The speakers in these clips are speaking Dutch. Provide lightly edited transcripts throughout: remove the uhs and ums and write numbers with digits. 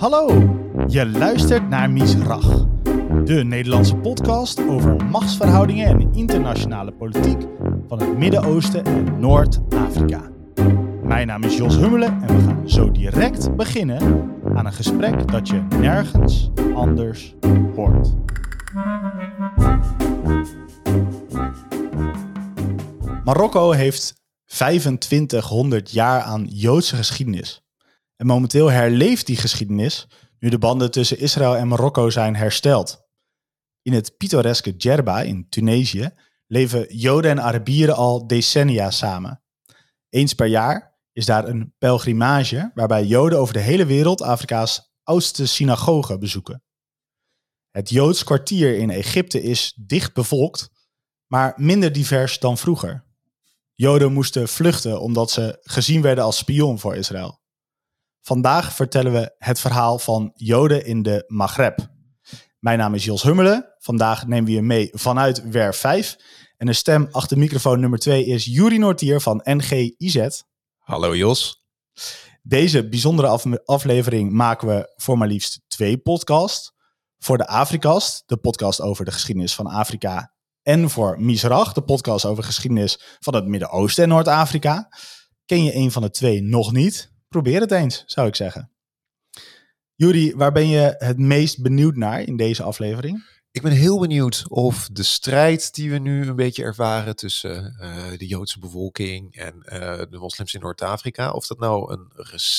Hallo, je luistert naar Misrach, de Nederlandse podcast over machtsverhoudingen en internationale politiek van het Midden-Oosten en Noord-Afrika. Mijn naam is Jos Hummelen en we gaan zo direct beginnen aan een gesprek dat je nergens anders hoort. Marokko heeft 2500 jaar aan Joodse geschiedenis. En momenteel herleeft die geschiedenis nu de banden tussen Israël en Marokko zijn hersteld. In het pittoreske Djerba in Tunesië leven Joden en Arabieren al decennia samen. Eens per jaar is daar een pelgrimage waarbij Joden over de hele wereld Afrika's oudste synagoge bezoeken. Het Joods kwartier in Egypte is dicht bevolkt, maar minder divers dan vroeger. Joden moesten vluchten omdat ze gezien werden als spion voor Israël. Vandaag vertellen we het verhaal van Joden in de Maghreb. Mijn naam is Jos Hummelen. Vandaag nemen we je mee vanuit Werf 5. En de stem achter microfoon nummer 2 is Juri Noortier van NGIZ. Hallo Jos. Deze bijzondere aflevering maken we voor maar liefst 2 podcasts. Voor de Afrikast, de podcast over de geschiedenis van Afrika. En voor Misrach, de podcast over geschiedenis van het Midden-Oosten en Noord-Afrika. Ken je een van de 2 nog niet? Probeer het eens, zou ik zeggen. Juri, waar ben je het meest benieuwd naar in deze aflevering? Ik ben heel benieuwd of de strijd die we nu een beetje ervaren tussen de Joodse bevolking en de moslims in Noord-Afrika, of dat nou een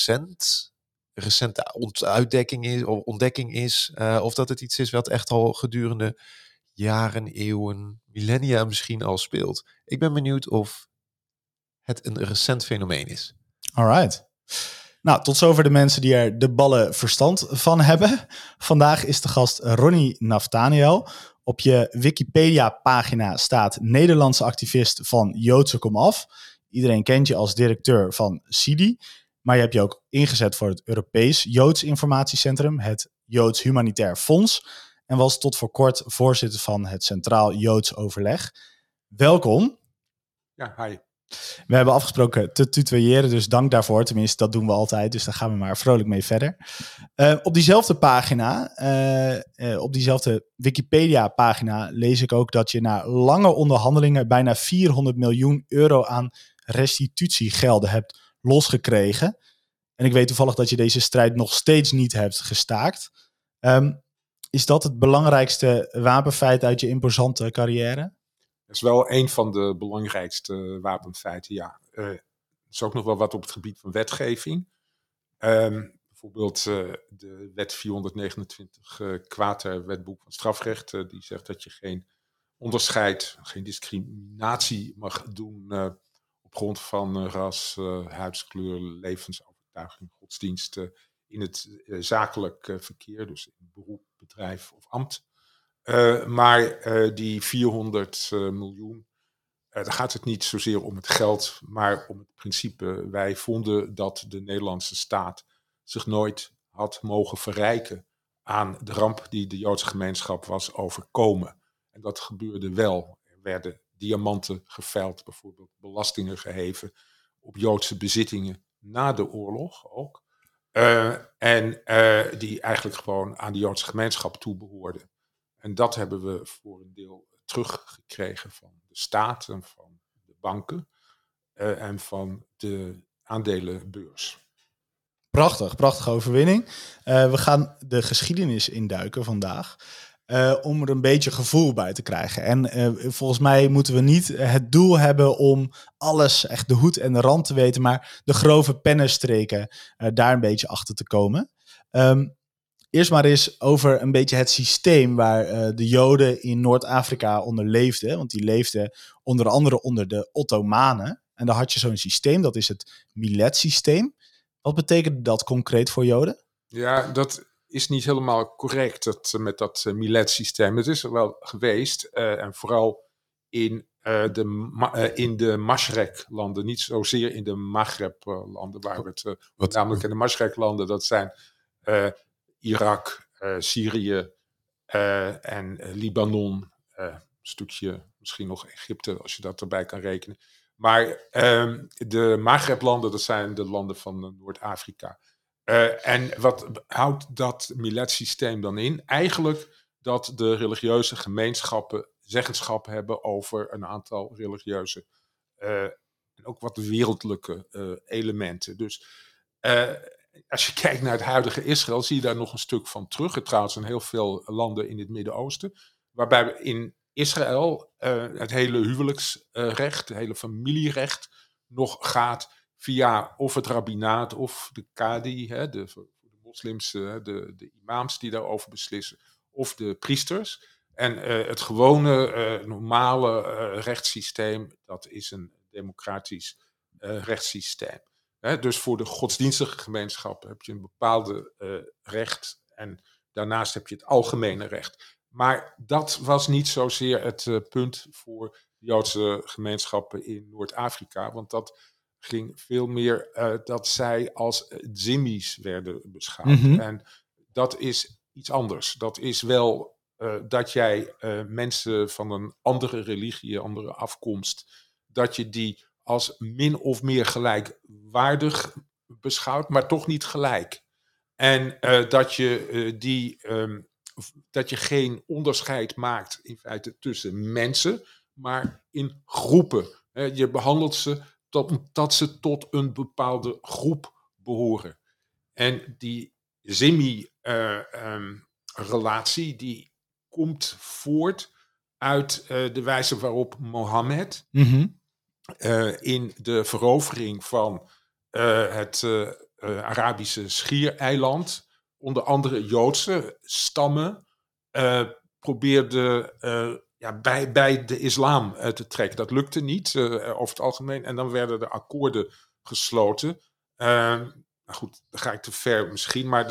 recente ontdekking is, of dat het iets is wat echt al gedurende jaren, eeuwen, millennia misschien al speelt. Ik ben benieuwd of het een recent fenomeen is. Alright. Nou, tot zover de mensen die er de ballen verstand van hebben. Vandaag is de gast Ronnie Naftaniel. Op je Wikipedia-pagina staat Nederlandse activist van Joodse Komaf. Iedereen kent je als directeur van CIDI. Maar je hebt je ook ingezet voor het Europees Joods Informatiecentrum, het Joods Humanitair Fonds. En was tot voor kort voorzitter van het Centraal Joods Overleg. Welkom. Ja, hi. We hebben afgesproken te tutoyeren, dus dank daarvoor. Tenminste, dat doen we altijd, dus daar gaan we maar vrolijk mee verder. Op diezelfde pagina, op diezelfde Wikipedia-pagina, lees ik ook dat je na lange onderhandelingen bijna 400 miljoen euro aan restitutiegelden hebt losgekregen. En ik weet toevallig dat je deze strijd nog steeds niet hebt gestaakt. Is dat het belangrijkste wapenfeit uit je imposante carrière? Dat is wel een van de belangrijkste wapenfeiten, ja. Er is ook nog wel wat op het gebied van wetgeving. Bijvoorbeeld de wet 429 Quater, wetboek van strafrecht, die zegt dat je geen onderscheid, geen discriminatie mag doen op grond van ras, huidskleur, levensovertuiging, godsdienst in het zakelijk verkeer, dus in beroep, bedrijf of ambt. Maar die 400 miljoen, daar gaat het niet zozeer om het geld, maar om het principe. Wij vonden dat de Nederlandse staat zich nooit had mogen verrijken aan de ramp die de Joodse gemeenschap was overkomen. En dat gebeurde wel. Er werden diamanten geveild, bijvoorbeeld belastingen geheven op Joodse bezittingen na de oorlog ook. En die eigenlijk gewoon aan de Joodse gemeenschap toebehoorden. En dat hebben we voor een deel teruggekregen van de staat en van de banken en van de aandelenbeurs. Prachtige overwinning. We gaan de geschiedenis induiken vandaag. Om er een beetje gevoel bij te krijgen. En volgens mij moeten we niet het doel hebben om alles, echt de hoed en de rand te weten, maar de grove pennenstreken daar een beetje achter te komen. Eerst maar eens over een beetje het systeem waar de Joden in Noord-Afrika onder leefden. Want die leefden onder andere onder de Ottomanen. En daar had je zo'n systeem, dat is het Millet-systeem. Wat betekent dat concreet voor Joden? Ja, dat is niet helemaal correct met dat Millet-systeem. Het is er wel geweest en vooral in de Mashrek-landen, niet zozeer in de Maghreb-landen, waar we het namelijk in de Mashrek-landen, dat zijn Irak, Syrië en Libanon, een stukje misschien nog Egypte, als je dat erbij kan rekenen. Maar de Maghreb-landen, dat zijn de landen van Noord-Afrika. En wat houdt dat Millet-systeem dan in? Eigenlijk dat de religieuze gemeenschappen zeggenschap hebben over een aantal religieuze en ook wat wereldlijke elementen. Dus als je kijkt naar het huidige Israël, zie je daar nog een stuk van terug. Trouwens in heel veel landen in het Midden-Oosten. Waarbij in Israël het hele huwelijksrecht, het hele familierecht nog gaat via of het rabbinaat of de kadi, voor de moslims, de imams die daarover beslissen, of de priesters. En het gewone, normale rechtssysteem, dat is een democratisch rechtssysteem. Dus voor de godsdienstige gemeenschap heb je een bepaalde recht en daarnaast heb je het algemene recht. Maar dat was niet zozeer het punt voor de Joodse gemeenschappen in Noord-Afrika, want dat ging veel meer dat zij als zimmies werden beschouwd. Mhm. En dat is iets anders. Dat is wel dat jij mensen van een andere religie, andere afkomst, dat je die als min of meer gelijkwaardig beschouwt, maar toch niet gelijk. En dat je geen onderscheid maakt in feite tussen mensen, maar in groepen. Je behandelt ze dat ze tot een bepaalde groep behoren. En die relatie die komt voort uit de wijze waarop Mohammed Mhm. in de verovering van het Arabische schiereiland, onder andere Joodse stammen, probeerde bij de islam te trekken. Dat lukte niet over het algemeen. En dan werden er akkoorden gesloten. Nou goed, dan ga ik te ver misschien, maar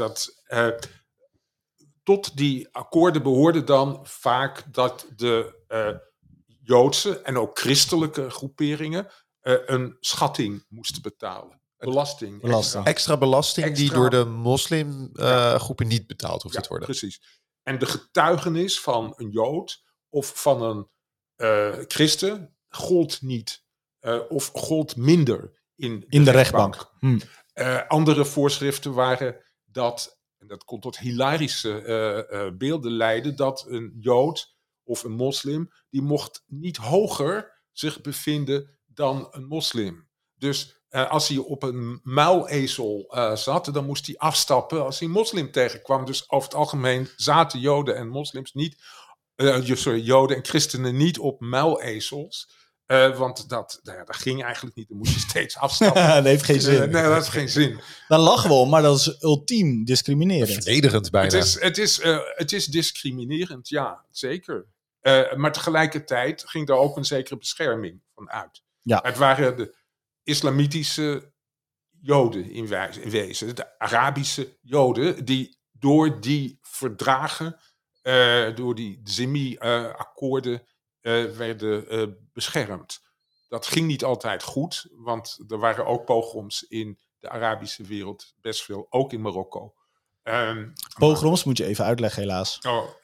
tot die akkoorden behoorde dan vaak dat de Joodse en ook christelijke groeperingen een schatting moesten betalen. Belasting. Extra belasting die Extra- door de moslimgroepen niet betaald hoeft te worden. Precies. En de getuigenis van een Jood of van een christen gold niet. Of gold minder in In de rechtbank. Hm. Andere voorschriften waren dat, en dat kon tot hilarische beelden leiden, dat een Jood of een moslim, die mocht niet hoger zich bevinden dan een moslim. Dus als hij op een muilezel zat, dan moest hij afstappen als hij een moslim tegenkwam. Dus over het algemeen zaten Joden en moslims niet, Joden en christenen niet op muilezels. Want dat ging eigenlijk niet. Dan moest je steeds afstappen. Dat heeft geen zin. Nee, dat heeft geen zin. Dan lachen we om, maar dat is ultiem discriminerend. Verdedigend bijna. Het is discriminerend, ja, zeker. Maar tegelijkertijd ging daar ook een zekere bescherming van uit. Ja. Het waren de islamitische Joden in wezen. De Arabische Joden die door die verdragen, door die Zimmi-akkoorden werden beschermd. Dat ging niet altijd goed, want er waren ook pogroms in de Arabische wereld, best veel, ook in Marokko. Pogroms moet je even uitleggen, helaas.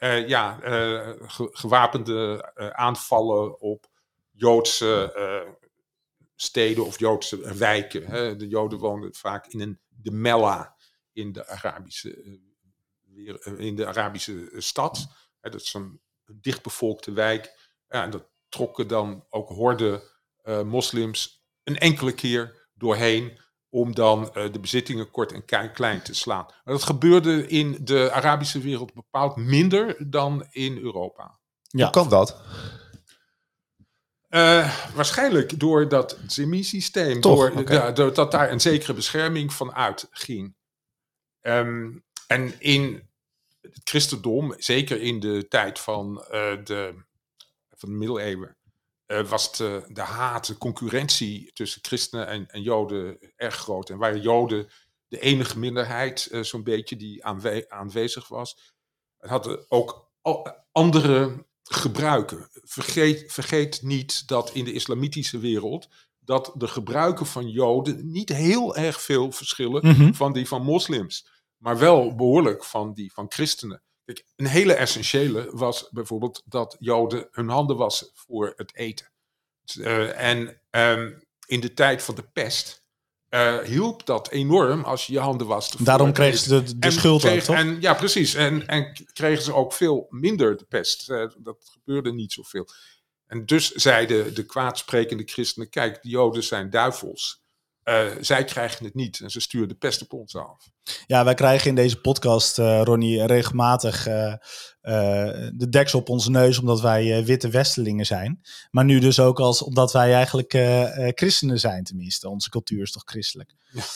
Gewapende aanvallen op Joodse steden of Joodse wijken. Hè. De Joden woonden vaak in de Mella in de Arabische stad. Dat is een dichtbevolkte wijk. Ja, en dat trokken dan ook horden moslims een enkele keer doorheen om dan de bezittingen kort en klein te slaan. Maar dat gebeurde in de Arabische wereld bepaald minder dan in Europa. Ja. Hoe kan dat? Waarschijnlijk door dat Zimmi-systeem. Dat daar een zekere bescherming van uitging. En in het christendom, zeker in de tijd van de middeleeuwen, was de haat, de concurrentie tussen christenen en Joden erg groot. En waren Joden de enige minderheid, zo'n beetje, die aanwezig was. Het had ook andere gebruiken. Vergeet niet dat in de islamitische wereld dat de gebruiken van Joden niet heel erg veel verschillen van die van moslims. Maar wel behoorlijk van die van christenen. Kijk, een hele essentiële was bijvoorbeeld dat Joden hun handen wassen voor het eten. In de tijd van de pest hielp dat enorm als je je handen wast. Daarom kregen ze de schuld ook, toch? Ja, precies. En kregen ze ook veel minder de pest. Dat gebeurde niet zoveel. En dus zeiden de kwaadsprekende christenen, kijk, de Joden zijn duivels. Zij krijgen het niet en ze sturen de pest op ons af. Ja, wij krijgen in deze podcast, Ronnie, regelmatig de deksel op onze neus omdat wij witte Westelingen zijn. Maar nu dus ook omdat wij eigenlijk christenen zijn tenminste. Onze cultuur is toch christelijk.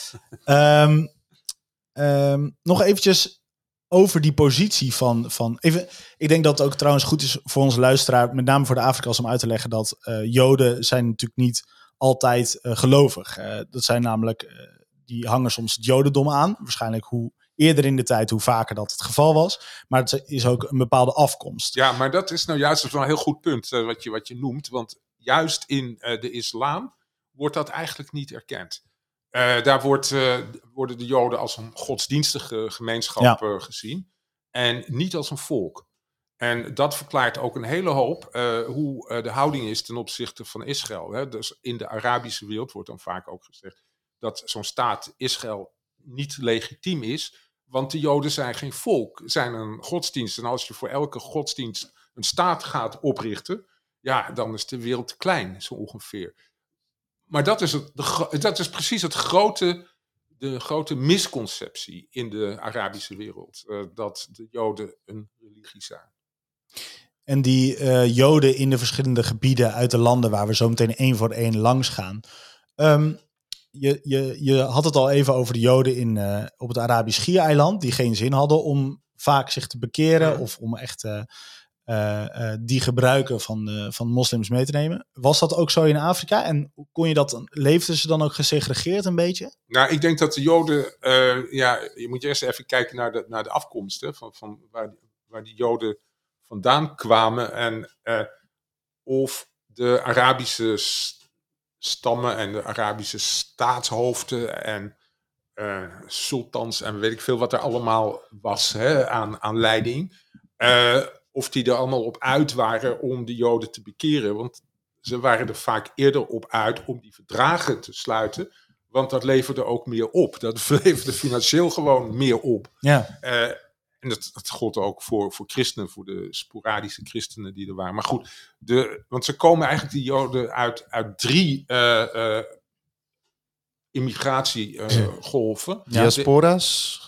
Ja. Nog eventjes over die positie van even. Ik denk dat het ook trouwens goed is voor onze luisteraar, met name voor de Afrika's, om uit te leggen dat Joden zijn natuurlijk niet altijd gelovig. Dat zijn namelijk, die hangen soms het Jodendom aan. Waarschijnlijk hoe eerder in de tijd, hoe vaker dat het geval was. Maar het is ook een bepaalde afkomst. Ja, maar dat is nou juist wel een heel goed punt wat je noemt. Want juist in de islam wordt dat eigenlijk niet erkend. Daar worden de Joden als een godsdienstige gemeenschap gezien. En niet als een volk. En dat verklaart ook een hele hoop hoe de houding is ten opzichte van Israël. Hè. Dus in de Arabische wereld wordt dan vaak ook gezegd dat zo'n staat Israël niet legitiem is. Want de Joden zijn geen volk, zijn een godsdienst. En als je voor elke godsdienst een staat gaat oprichten, ja, dan is de wereld te klein, zo ongeveer. Maar dat is precies de grote misconceptie in de Arabische wereld. Dat de Joden een religie zijn. En die Joden in de verschillende gebieden uit de landen waar we zo meteen één voor één langs gaan. Je had het al even over de Joden op het Arabisch Schiereiland, die geen zin hadden om vaak zich te bekeren of om echt die gebruiken van moslims mee te nemen. Was dat ook zo in Afrika? En kon je dat, leefden ze dan ook gesegregeerd een beetje? Nou, ik denk dat de Joden, je moet eerst even kijken naar de afkomsten van waar die Joden vandaan kwamen en of de Arabische stammen en de Arabische staatshoofden en sultans en weet ik veel wat er allemaal was aan leiding. Of die er allemaal op uit waren om de Joden te bekeren. Want ze waren er vaak eerder op uit om die verdragen te sluiten. Want dat leverde ook meer op. Dat leverde financieel gewoon meer op. Ja. En dat gold ook voor christenen, voor de sporadische christenen die er waren. Maar goed, want ze komen eigenlijk, die Joden, uit 3 immigratiegolven. Diaspora's?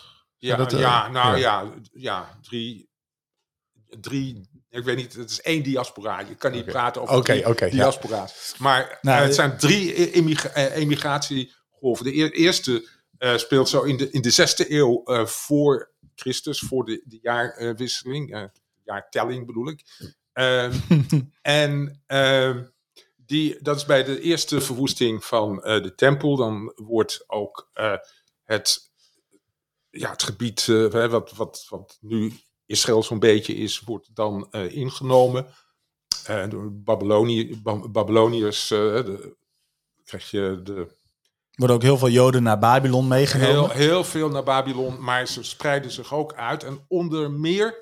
Drie. Ik weet niet, het is 1 diaspora. Je kan niet praten over 3 diaspora's. Ja. Maar het zijn 3 emigratiegolven. De eerste speelt zo in de 6e eeuw voor Christus, voor de jaarwisseling. Jaartelling bedoel ik. Dat is bij de eerste verwoesting van de tempel. Dan wordt ook het gebied wat nu Israël zo'n beetje is, wordt dan ingenomen. Door Babyloniërs krijg je worden ook heel veel Joden naar Babylon meegenomen. Heel veel naar Babylon, maar ze spreiden zich ook uit. En onder meer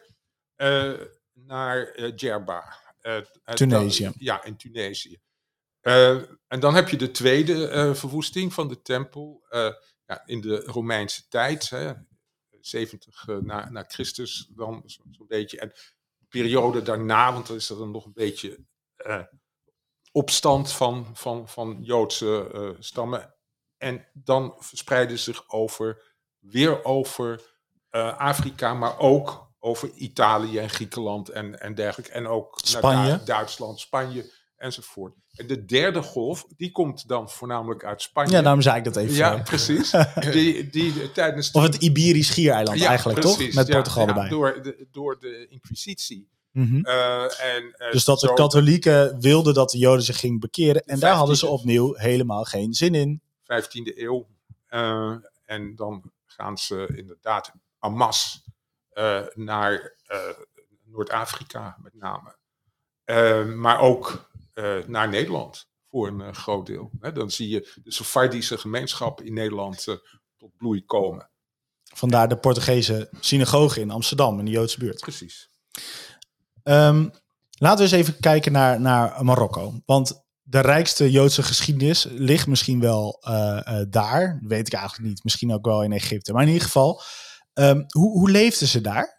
naar Djerba. Tunesië. In Tunesië. En dan heb je de tweede verwoesting van de tempel. In de Romeinse tijd. 70 na Christus dan zo'n beetje. En de periode daarna, want dan is er dan nog een beetje opstand van Joodse stammen. En dan verspreiden zich weer over Afrika, maar ook over Italië en Griekenland en dergelijke. En ook Spanje. Naar Duitsland, Spanje enzovoort. En de derde golf, die komt dan voornamelijk uit Spanje. Ja, daarom zei ik dat even. Ja, precies. die tijdens of het Iberisch Schiereiland eigenlijk, precies, toch? Met Portugal erbij. Door de Inquisitie. Mm-hmm. Dus dat de katholieken wilden dat de Joden zich gingen bekeren. En daar hadden ze opnieuw helemaal geen zin in. 15e eeuw. En dan gaan ze inderdaad en masse naar Noord-Afrika met name. Maar ook naar Nederland voor een groot deel. Dan zie je de Sephardische gemeenschap in Nederland tot bloei komen. Vandaar de Portugese synagoge in Amsterdam, in de Joodse buurt. Precies. Laten we eens even kijken naar Marokko. Want de rijkste Joodse geschiedenis ligt misschien wel daar. Dat weet ik eigenlijk niet. Misschien ook wel in Egypte. Maar in ieder geval, hoe leefden ze daar?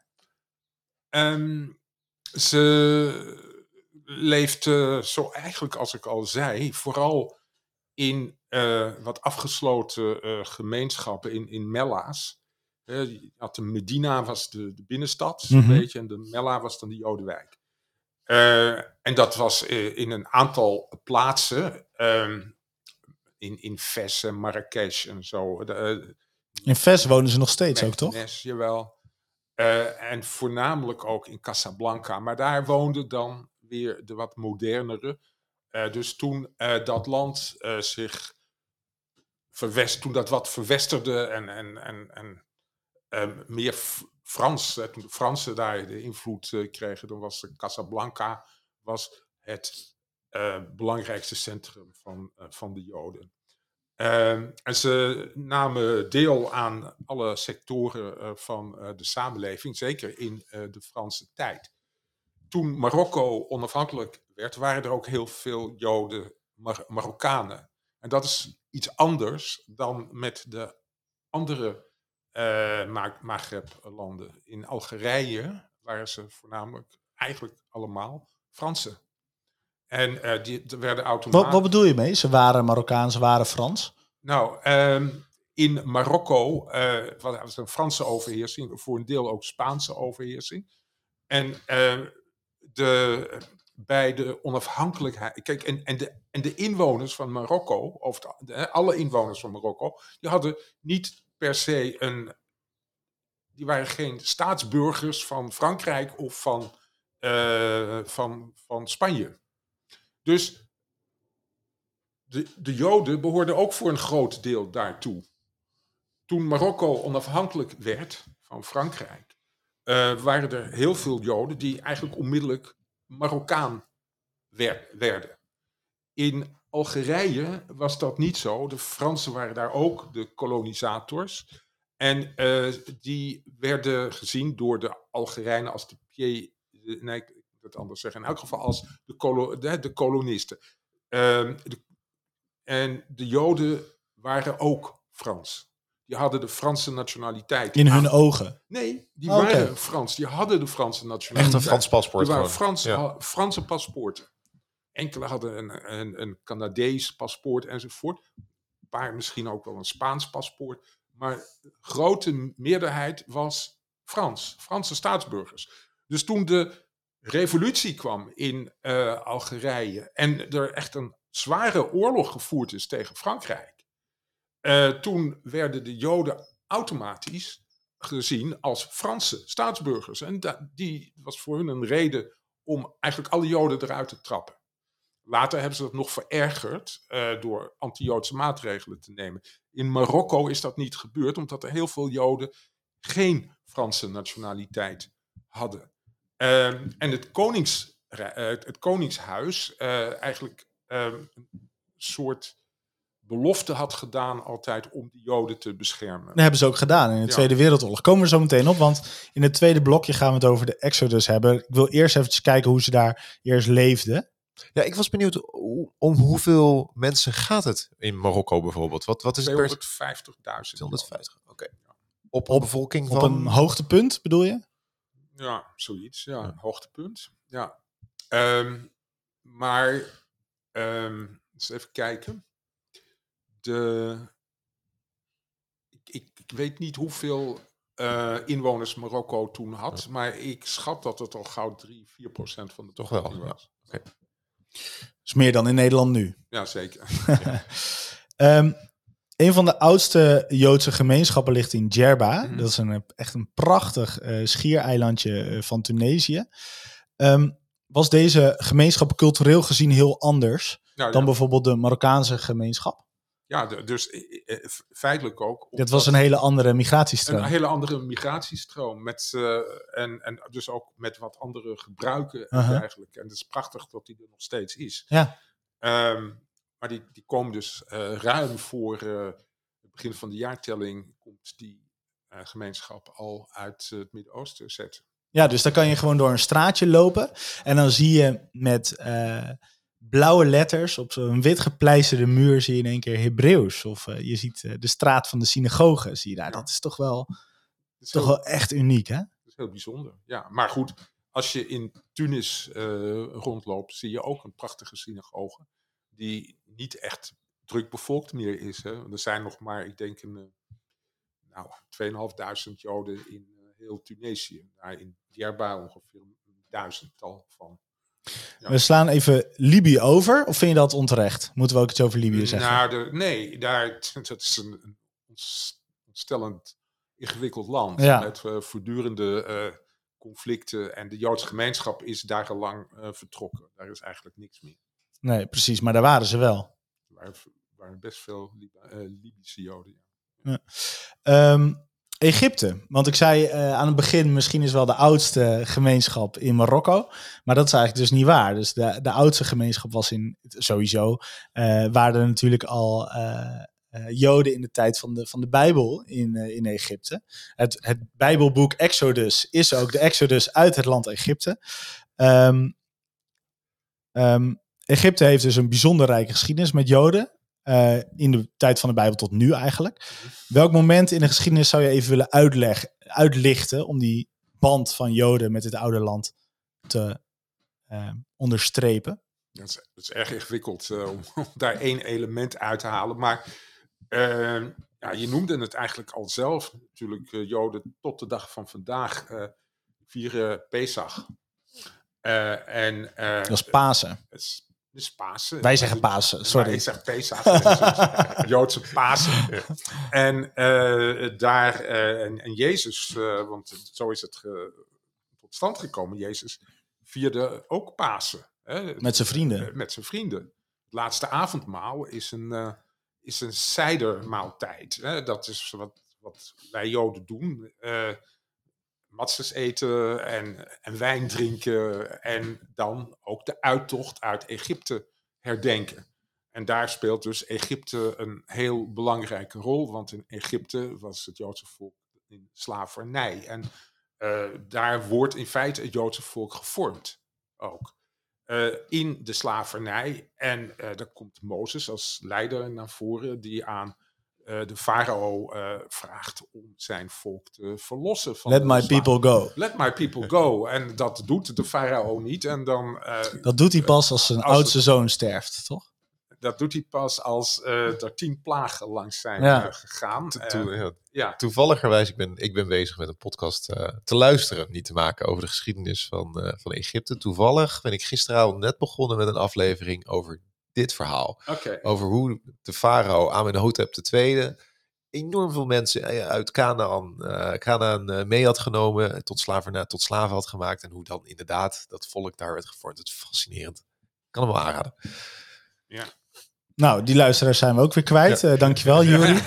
Ze leefde, zo eigenlijk als ik al zei, vooral in wat afgesloten gemeenschappen in Mella's. Je had de Medina was de binnenstad, zo'n beetje, en de Mella was dan de Jodenwijk. En dat was in een aantal plaatsen, in Fes en Marrakesh en zo. In Fes wonen ze nog steeds ook, toch? Meknes, jawel. En voornamelijk ook in Casablanca. Maar daar woonden dan weer de wat modernere. Dus toen dat land zich toen dat wat verwesterde en meer Frans, toen de Fransen daar de invloed kregen, dan was Casablanca het belangrijkste centrum van de Joden. En ze namen deel aan alle sectoren van de samenleving, zeker in de Franse tijd. Toen Marokko onafhankelijk werd, waren er ook heel veel Joden, Marokkanen. En dat is iets anders dan met de andere Maghreb-landen. In Algerije waren ze voornamelijk eigenlijk allemaal Fransen. En die werden automatisch... Wat bedoel je mee? Ze waren Marokkaan, ze waren Frans? Nou, in Marokko was een Franse overheersing, voor een deel ook Spaanse overheersing. En bij de onafhankelijkheid... Kijk, en de inwoners van Marokko, alle inwoners van Marokko, die hadden niet per se die waren geen staatsburgers van Frankrijk of van Spanje. Dus de Joden behoorden ook voor een groot deel daartoe. Toen Marokko onafhankelijk werd van Frankrijk, waren er heel veel Joden die eigenlijk onmiddellijk Marokkaan werden. In Algerije was dat niet zo. De Fransen waren daar ook de kolonisators. En die werden gezien door de Algerijnen als ik moet het anders zeggen. In elk geval als de kolonisten. En de Joden waren ook Frans. Die hadden de Franse nationaliteit. In hun ogen? Nee, die waren Frans. Die hadden de Franse nationaliteit. Echt een Frans paspoort. Die waren Franse paspoorten. Enkele hadden een Canadees paspoort enzovoort. Een paar misschien ook wel een Spaans paspoort. Maar de grote meerderheid was Franse staatsburgers. Dus toen de revolutie kwam in Algerije en er echt een zware oorlog gevoerd is tegen Frankrijk, toen werden de Joden automatisch gezien als Franse staatsburgers. En die was voor hun een reden om eigenlijk alle Joden eruit te trappen. Later hebben ze dat nog verergerd door anti-Joodse maatregelen te nemen. In Marokko is dat niet gebeurd, omdat er heel veel Joden geen Franse nationaliteit hadden. En het koningshuis eigenlijk een soort belofte had gedaan altijd om de Joden te beschermen. Dat hebben ze ook gedaan in de Tweede Wereldoorlog. Komen we zo meteen op, want in het tweede blokje gaan we het over de Exodus hebben. Ik wil eerst even kijken hoe ze daar eerst leefden. Ja, ik was benieuwd om hoeveel mensen gaat het in Marokko bijvoorbeeld? Wat is het? 250.000. 250, oké. Op een bevolking van... Op een hoogtepunt, bedoel je? Ja, zoiets. Ja, een hoogtepunt. Ja. Maar, eens even kijken. Ik weet niet hoeveel inwoners Marokko toen had, maar ik schat dat het al gauw 3-4% van de bevolking was. Okay. Dus meer dan in Nederland nu. Ja, zeker. Een van de oudste Joodse gemeenschappen ligt in Djerba. Mm-hmm. Dat is echt een prachtig schiereilandje van Tunesië. Was deze gemeenschap cultureel gezien heel anders dan bijvoorbeeld de Marokkaanse gemeenschap? Ja, dus feitelijk ook. Dit was een hele andere migratiestroom. Een hele andere migratiestroom. En dus ook met wat andere gebruiken eigenlijk. En het is prachtig dat die er nog steeds is. Ja. Maar die komen dus ruim voor het begin van de jaartelling komt die gemeenschap al uit het Midden-Oosten zetten. Ja, dus dan kan je gewoon door een straatje lopen. En dan zie je met blauwe letters op zo'n wit gepleisterde muur zie je in één keer Hebreeuws. Of je ziet de straat van de synagoge, zie je daar. Ja. Dat is toch wel, Dat is wel echt uniek, hè? Dat is heel bijzonder. Ja, maar goed, als je in Tunis rondloopt, zie je ook een prachtige synagoge. Die niet echt druk bevolkt meer is. Hè. Er zijn nog maar, ik denk, 2500 Joden in heel Tunesië. Daar in Djerba ongeveer een duizendtal van. Ja. We slaan even Libië over. Of vind je dat onterecht? Moeten we ook iets over Libië zeggen? Nee, dat is een ontstellend ingewikkeld land. Ja. Met voortdurende conflicten. En de Joodse gemeenschap is daar al lang vertrokken. Daar is eigenlijk niks meer. Nee, precies. Maar daar waren ze wel. Er waren best veel Libische Joden. Ja. Egypte. Want ik zei aan het begin, misschien is wel de oudste gemeenschap in Marokko. Maar dat is eigenlijk dus niet waar. Dus de oudste gemeenschap was sowieso. Waren er natuurlijk al Joden in de tijd van de Bijbel in Egypte. Het Bijbelboek Exodus is ook de Exodus uit het land Egypte. Egypte heeft dus een bijzonder rijke geschiedenis met Joden. In de tijd van de Bijbel tot nu eigenlijk. Welk moment in de geschiedenis zou je even willen uitlichten om die band van Joden met het oude land te onderstrepen? Dat is erg ingewikkeld om daar één element uit te halen. Maar je noemde het eigenlijk al zelf. Natuurlijk, Joden tot de dag van vandaag vieren Pesach. Dat is Pasen. Dus Pasen. Wij zeggen Pasen, sorry. Ik zeg Pesach. Joodse Pasen. En Jezus, want zo is het tot stand gekomen. Jezus vierde ook Pasen. Hè? Met zijn vrienden. Met zijn vrienden. Het laatste avondmaal is een zijdermaaltijd. Hè? Dat is wat wij Joden doen. Matzes eten en wijn drinken en dan ook de uittocht uit Egypte herdenken. En daar speelt dus Egypte een heel belangrijke rol, want in Egypte was het Joodse volk in slavernij. En daar wordt in feite het Joodse volk gevormd ook. In de slavernij. En daar komt Mozes als leider naar voren die aan de farao vraagt om zijn volk te verlossen. Let my people go. Let my people go. En dat doet de farao niet. En dan, dat doet hij pas als zijn oudste zoon sterft, toch? Dat doet hij pas als er 10 plagen langs zijn gegaan. Toevalligerwijs, ik ben bezig met een podcast te luisteren, niet te maken, over de geschiedenis van Egypte. Toevallig ben ik gisteravond net begonnen met een aflevering over dit verhaal. Okay. Over hoe de farao Amenhotep II enorm veel mensen uit Kanaan mee had genomen, tot slaven had gemaakt. En hoe dan inderdaad dat volk daar werd gevormd. Het is fascinerend. Ik kan hem wel aanraden. Ja. Nou, die luisteraars zijn we ook weer kwijt. Dankjewel, Juri.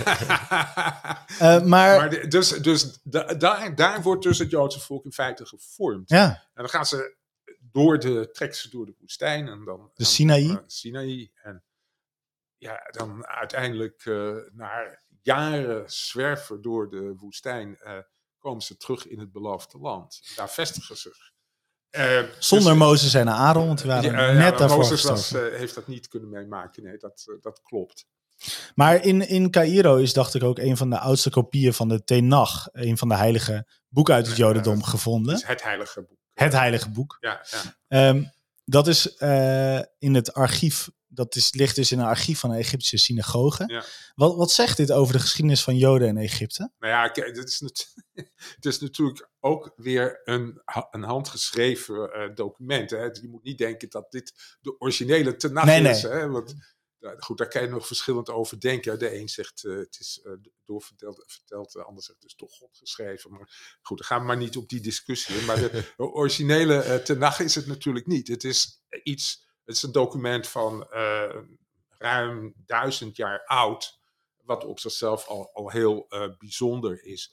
Daar wordt dus het Joodse volk in feite gevormd. Ja. En dan gaan ze trekken ze door de woestijn. En dan, de Sinaï. Sinaï. En dan uiteindelijk na jaren zwerven door de woestijn komen ze terug in het beloofde land. Daar vestigen ze zich. Zonder Mozes en Aaron, want die waren net daarvoor Mozes heeft dat niet kunnen meemaken. Nee, dat klopt. Maar in Caïro is, dacht ik, ook een van de oudste kopieën van de Tenach, een van de heilige boeken uit het Jodendom, gevonden. Het is het heilige boek. Het heilige boek. Ja. Dat is in het archief, ligt dus in een archief van een Egyptische synagoge. Ja. Wat zegt dit over de geschiedenis van Joden in Egypte? Nou ja, kijk, het is natuurlijk ook weer een handgeschreven document. Hè. Je moet niet denken dat dit de originele Tenach is. Hè, want goed, daar kan je nog verschillend over denken. De een zegt het is doorverteld, de ander zegt het is door God geschreven. Maar goed, dan gaan we maar niet op die discussie in. Maar de originele Tenach is het natuurlijk niet. Het is een document van ruim 1000 jaar oud, wat op zichzelf al heel bijzonder is.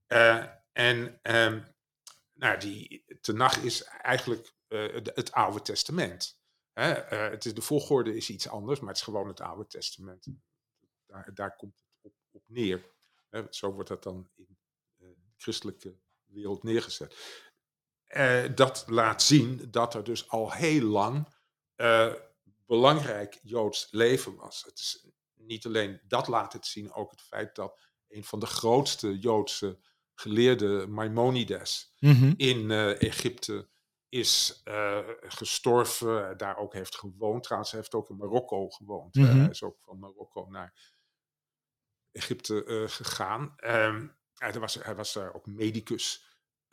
Die Tenach is eigenlijk het Oude Testament. Het is, de volgorde is iets anders, maar het is gewoon het Oude Testament. Daar komt het op neer. Zo wordt dat dan in de christelijke wereld neergezet. Dat laat zien dat er dus al heel lang belangrijk Joods leven was. Het is niet alleen dat laat het zien, ook het feit dat een van de grootste Joodse geleerden, Maimonides, in Egypte is gestorven, daar ook heeft gewoond. Trouwens, hij heeft ook in Marokko gewoond. Hij is ook van Marokko naar Egypte gegaan. Hij was daar ook medicus.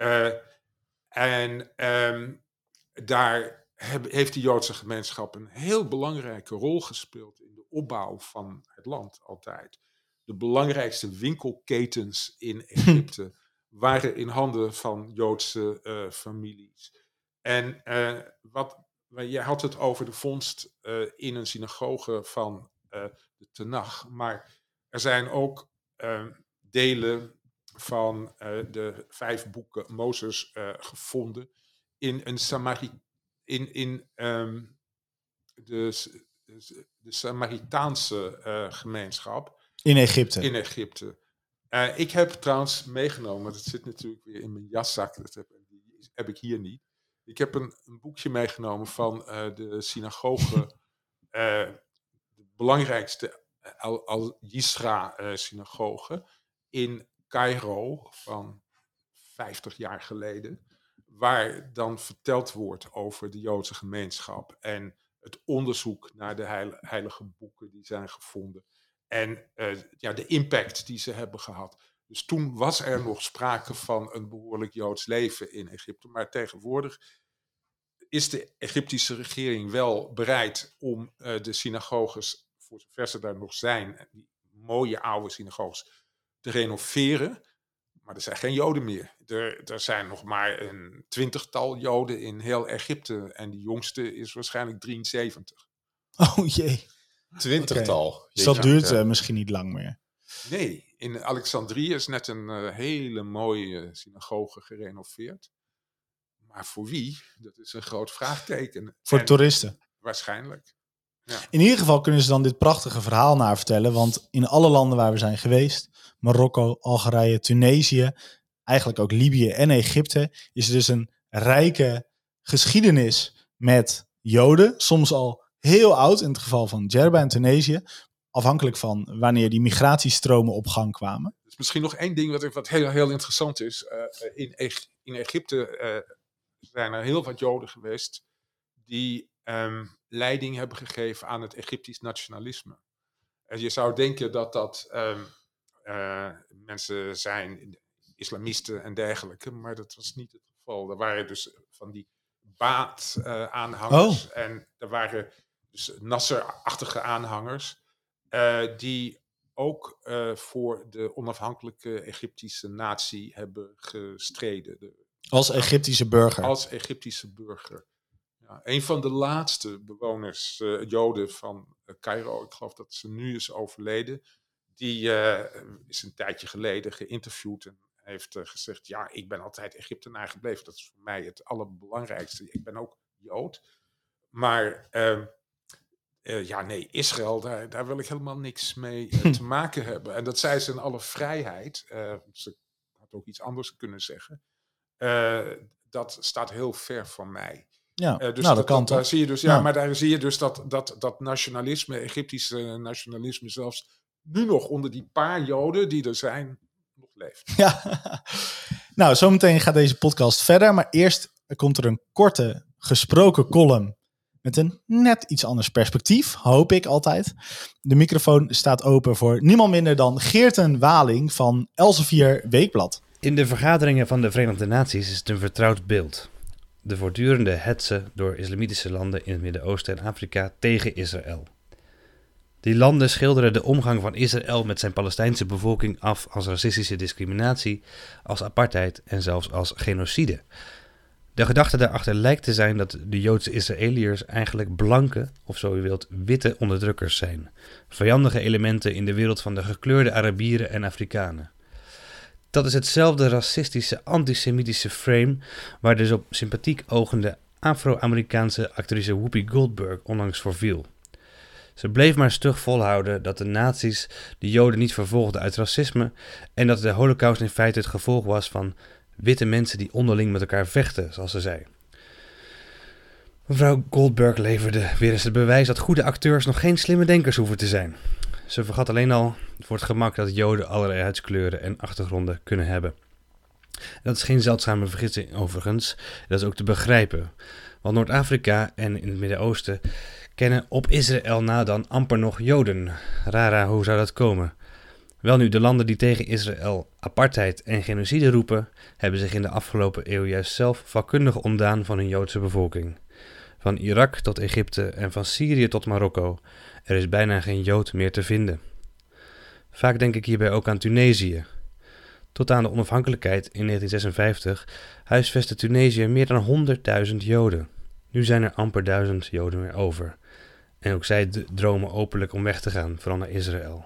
Daar heeft de Joodse gemeenschap een heel belangrijke rol gespeeld in de opbouw van het land altijd. De belangrijkste winkelketens in Egypte waren in handen van Joodse families. En jij had het over de vondst in een synagoge van de Tenach, maar er zijn ook delen van de 5 boeken Mozes gevonden in een de Samaritaanse gemeenschap. In Egypte. In Egypte. Ik heb trouwens meegenomen, dat zit natuurlijk weer in mijn jaszak, dat heb ik hier niet. Ik heb een boekje meegenomen van de synagoge, de belangrijkste Al-Yisra-synagoge in Cairo van 50 jaar geleden. Waar dan verteld wordt over de Joodse gemeenschap en het onderzoek naar de heilige boeken die zijn gevonden. En de impact die ze hebben gehad. Dus toen was er nog sprake van een behoorlijk Joods leven in Egypte. Maar tegenwoordig is de Egyptische regering wel bereid om de synagoges, voor zover ze daar nog zijn, die mooie oude synagoges, te renoveren. Maar er zijn geen Joden meer. Er zijn nog maar een 20-tal Joden in heel Egypte. En de jongste is waarschijnlijk 73. Oh jee. 20-tal. Okay. Dus dat duurt misschien niet lang meer. Nee, in Alexandrië is net een hele mooie synagoge gerenoveerd. Maar voor wie? Dat is een groot vraagteken. Voor toeristen? Waarschijnlijk. Ja. In ieder geval kunnen ze dan dit prachtige verhaal naar vertellen. Want in alle landen waar we zijn geweest, Marokko, Algerije, Tunesië, eigenlijk ook Libië en Egypte, is er dus een rijke geschiedenis met Joden. Soms al heel oud, in het geval van Djerba en Tunesië. Afhankelijk van wanneer die migratiestromen op gang kwamen. Dus misschien nog één ding wat heel, heel interessant is. In Egypte zijn er heel wat Joden geweest die leiding hebben gegeven aan het Egyptisch nationalisme. En je zou denken dat mensen zijn, islamisten en dergelijke, maar dat was niet het geval. Er waren dus van die Baath-aanhangers en er waren dus Nasser-achtige aanhangers die ook voor de onafhankelijke Egyptische natie hebben gestreden. Als Egyptische burger. Als Egyptische burger. Ja, een van de laatste bewoners, Joden van Cairo, ik geloof dat ze nu is overleden, die is een tijdje geleden geïnterviewd en heeft gezegd, ja, ik ben altijd Egyptenaar gebleven. Dat is voor mij het allerbelangrijkste. Ik ben ook Jood. Maar Israël, daar wil ik helemaal niks mee te maken hebben. En dat zei ze in alle vrijheid. Ze had ook iets anders kunnen zeggen. Dat staat heel ver van mij. Ja, dus dat kan toch? Daar zie je dus, maar daar zie je dus dat nationalisme, Egyptische nationalisme zelfs nu nog onder die paar Joden die er zijn, nog leeft. Ja, nou, zometeen gaat deze podcast verder. Maar eerst komt er een korte gesproken column met een net iets anders perspectief, hoop ik altijd. De microfoon staat open voor niemand minder dan Geerten Waling van Elsevier Weekblad. In de vergaderingen van de Verenigde Naties is het een vertrouwd beeld. De voortdurende hetze door islamitische landen in het Midden-Oosten en Afrika tegen Israël. Die landen schilderen de omgang van Israël met zijn Palestijnse bevolking af als racistische discriminatie, als apartheid en zelfs als genocide. De gedachte daarachter lijkt te zijn dat de Joodse Israëliërs eigenlijk blanke, of zo u wilt, witte onderdrukkers zijn. Vijandige elementen in de wereld van de gekleurde Arabieren en Afrikanen. Dat is hetzelfde racistische, antisemitische frame waar dus op sympathiek ogende Afro-Amerikaanse actrice Whoopi Goldberg onlangs voor viel. Ze bleef maar stug volhouden dat de nazi's de Joden niet vervolgden uit racisme en dat de Holocaust in feite het gevolg was van witte mensen die onderling met elkaar vechten, zoals ze zei. Mevrouw Goldberg leverde weer eens het bewijs dat goede acteurs nog geen slimme denkers hoeven te zijn. Ze vergat alleen al voor het gemak dat Joden allerlei huidskleuren en achtergronden kunnen hebben. Dat is geen zeldzame vergissing overigens, dat is ook te begrijpen. Want Noord-Afrika en in het Midden-Oosten kennen op Israël na dan amper nog Joden. Rara, hoe zou dat komen? Welnu, de landen die tegen Israël apartheid en genocide roepen, hebben zich in de afgelopen eeuw juist zelf vakkundig ontdaan van hun Joodse bevolking. Van Irak tot Egypte en van Syrië tot Marokko. Er is bijna geen Jood meer te vinden. Vaak denk ik hierbij ook aan Tunesië. Tot aan de onafhankelijkheid in 1956 huisvestte Tunesië meer dan 100.000 Joden. Nu zijn er amper 1000 Joden meer over. En ook zij dromen openlijk om weg te gaan, vooral naar Israël.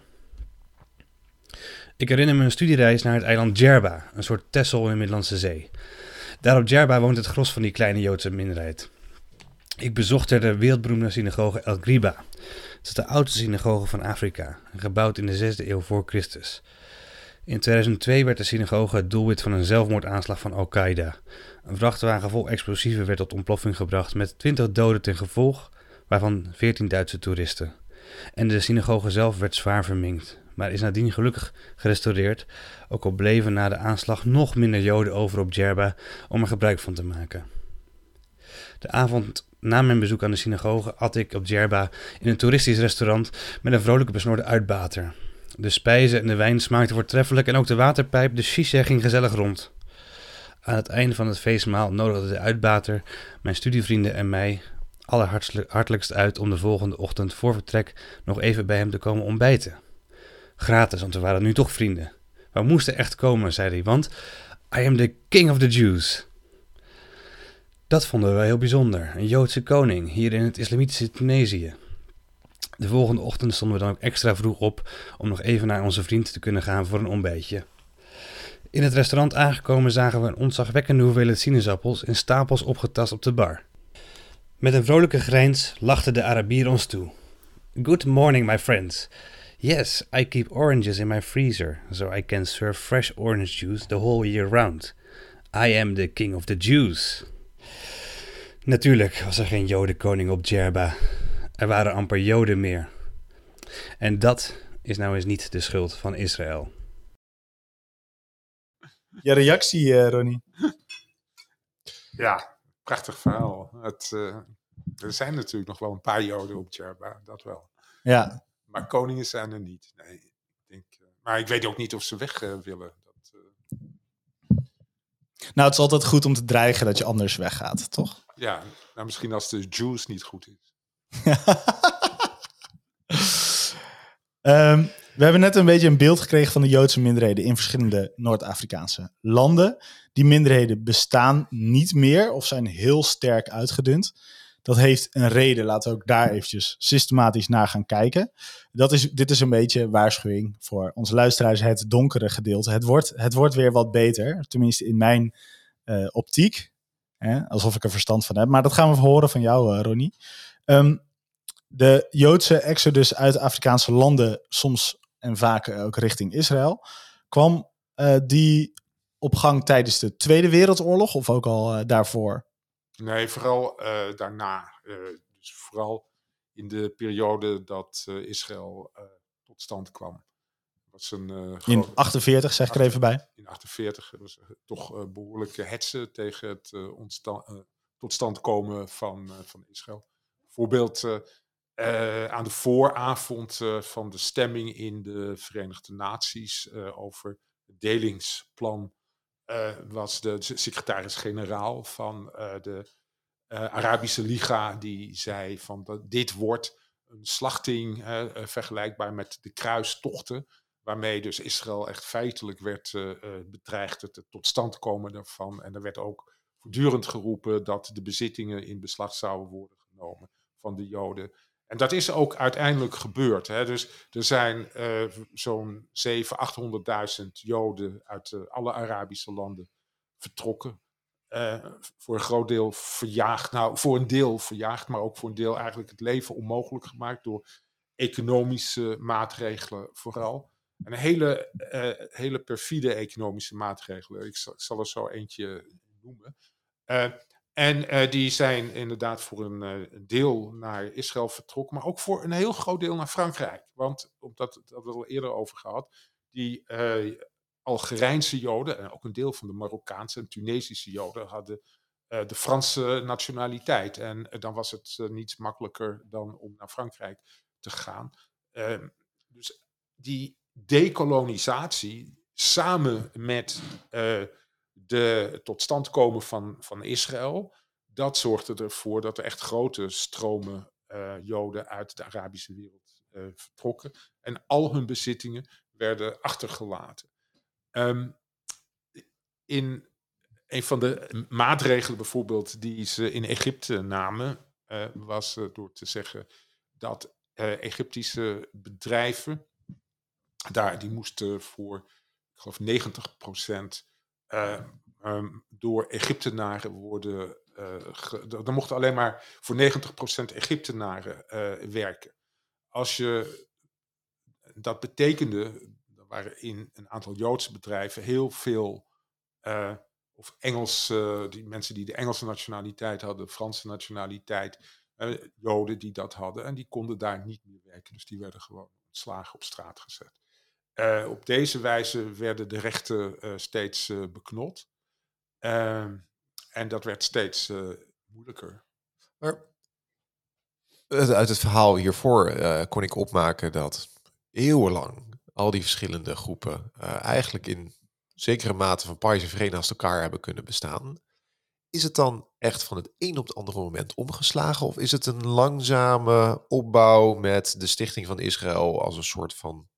Ik herinner me een studiereis naar het eiland Djerba, een soort Texel in de Middellandse Zee. Daar op Djerba woont het gros van die kleine Joodse minderheid. Ik bezocht er de wereldberoemde synagoge El Griba. Het is de oudste synagoge van Afrika, gebouwd in de 6e eeuw voor Christus. In 2002 werd de synagoge het doelwit van een zelfmoordaanslag van Al-Qaeda. Een vrachtwagen vol explosieven werd tot ontploffing gebracht met 20 doden ten gevolg, waarvan 14 Duitse toeristen. En de synagoge zelf werd zwaar verminkt, maar is nadien gelukkig gerestaureerd, ook al bleven na de aanslag nog minder Joden over op Djerba om er gebruik van te maken. De avond na mijn bezoek aan de synagoge at ik op Djerba in een toeristisch restaurant met een vrolijke besnorde uitbater. De spijzen en de wijn smaakten voortreffelijk en ook de waterpijp, de shisha, ging gezellig rond. Aan het einde van het feestmaal nodigde de uitbater mijn studievrienden en mij allerhartelijkst uit om de volgende ochtend voor vertrek nog even bij hem te komen ontbijten. Gratis, want we waren nu toch vrienden. We moesten echt komen, zei hij, want I am the king of the Jews. Dat vonden we wel heel bijzonder, een Joodse koning hier in het islamitische Tunesië. De volgende ochtend stonden we dan ook extra vroeg op om nog even naar onze vriend te kunnen gaan voor een ontbijtje. In het restaurant aangekomen zagen we een ontzagwekkende hoeveelheid sinaasappels in stapels opgetast op de bar. Met een vrolijke grijns lachte de Arabier ons toe. Good morning, my friends. Yes, I keep oranges in my freezer, so I can serve fresh orange juice the whole year round. I am the king of the Jews. Natuurlijk was er geen Jodenkoning op Djerba. Er waren amper Joden meer. En dat is nou eens niet de schuld van Israël. Je reactie, Ronnie? Ja, prachtig verhaal. Er zijn natuurlijk nog wel een paar Joden op Djerba, dat wel. Ja. Maar koningen zijn er niet. Nee, ik denk, maar ik weet ook niet of ze weg willen. Nou, het is altijd goed om te dreigen dat je anders weggaat, toch? Ja, nou misschien als de Jews niet goed is. We hebben net een beetje een beeld gekregen van de Joodse minderheden in verschillende Noord-Afrikaanse landen. Die minderheden bestaan niet meer of zijn heel sterk uitgedund. Dat heeft een reden, laten we ook daar eventjes systematisch naar gaan kijken. Dit is een beetje waarschuwing voor onze luisteraars, het donkere gedeelte. Het wordt weer wat beter, tenminste in mijn optiek. Alsof ik er verstand van heb, maar dat gaan we horen van jou, Ronnie. De Joodse exodus uit de Afrikaanse landen, soms en vaak ook richting Israël, kwam die op gang tijdens de Tweede Wereldoorlog of ook al daarvoor? Nee, vooral daarna. Dus vooral in de periode dat Israël tot stand kwam. Was in 48, zeg ik er even bij. In 48 was er toch behoorlijke hetsen tegen het tot stand komen van Israël. Bijvoorbeeld aan de vooravond van de stemming in de Verenigde Naties over het delingsplan was de secretaris-generaal van de Arabische Liga, die zei van dat dit wordt een slachting vergelijkbaar met de kruistochten, waarmee dus Israël echt feitelijk werd bedreigd het tot stand komen daarvan. En er werd ook voortdurend geroepen dat de bezittingen in beslag zouden worden genomen van de Joden. En dat is ook uiteindelijk gebeurd. Hè. Dus er zijn zo'n 700.000, 800.000 Joden uit alle Arabische landen vertrokken. Voor een groot deel verjaagd. Nou, voor een deel verjaagd, maar ook voor een deel eigenlijk het leven onmogelijk gemaakt door economische maatregelen vooral. En een hele perfide economische maatregelen. Ik zal er zo eentje noemen. En die zijn inderdaad voor een deel naar Israël vertrokken, maar ook voor een heel groot deel naar Frankrijk. Want, omdat dat hebben we al eerder over gehad, die Algerijnse Joden en ook een deel van de Marokkaanse en Tunesische Joden hadden de Franse nationaliteit. En dan was het niets makkelijker dan om naar Frankrijk te gaan. Dus die dekolonisatie samen met de totstandkomen van Israël, dat zorgde ervoor dat er echt grote stromen Joden uit de Arabische wereld vertrokken. En al hun bezittingen werden achtergelaten. In een van de maatregelen bijvoorbeeld die ze in Egypte namen, was door te zeggen dat Egyptische bedrijven, die moesten voor, ik geloof 90%, door Egyptenaren worden. Er mochten alleen maar voor 90% Egyptenaren werken. Dat betekende, er waren in een aantal Joodse bedrijven heel veel of die mensen die de Engelse nationaliteit hadden, Franse nationaliteit, Joden die dat hadden, en die konden daar niet meer werken. Dus die werden gewoon ontslagen, op straat gezet. Op deze wijze werden de rechten steeds beknot. En dat werd steeds moeilijker. Maar uit het verhaal hiervoor kon ik opmaken dat eeuwenlang al die verschillende groepen eigenlijk in zekere mate van pais en vrede naast elkaar hebben kunnen bestaan. Is het dan echt van het een op het andere moment omgeslagen? Of is het een langzame opbouw met de stichting van Israël als een soort van...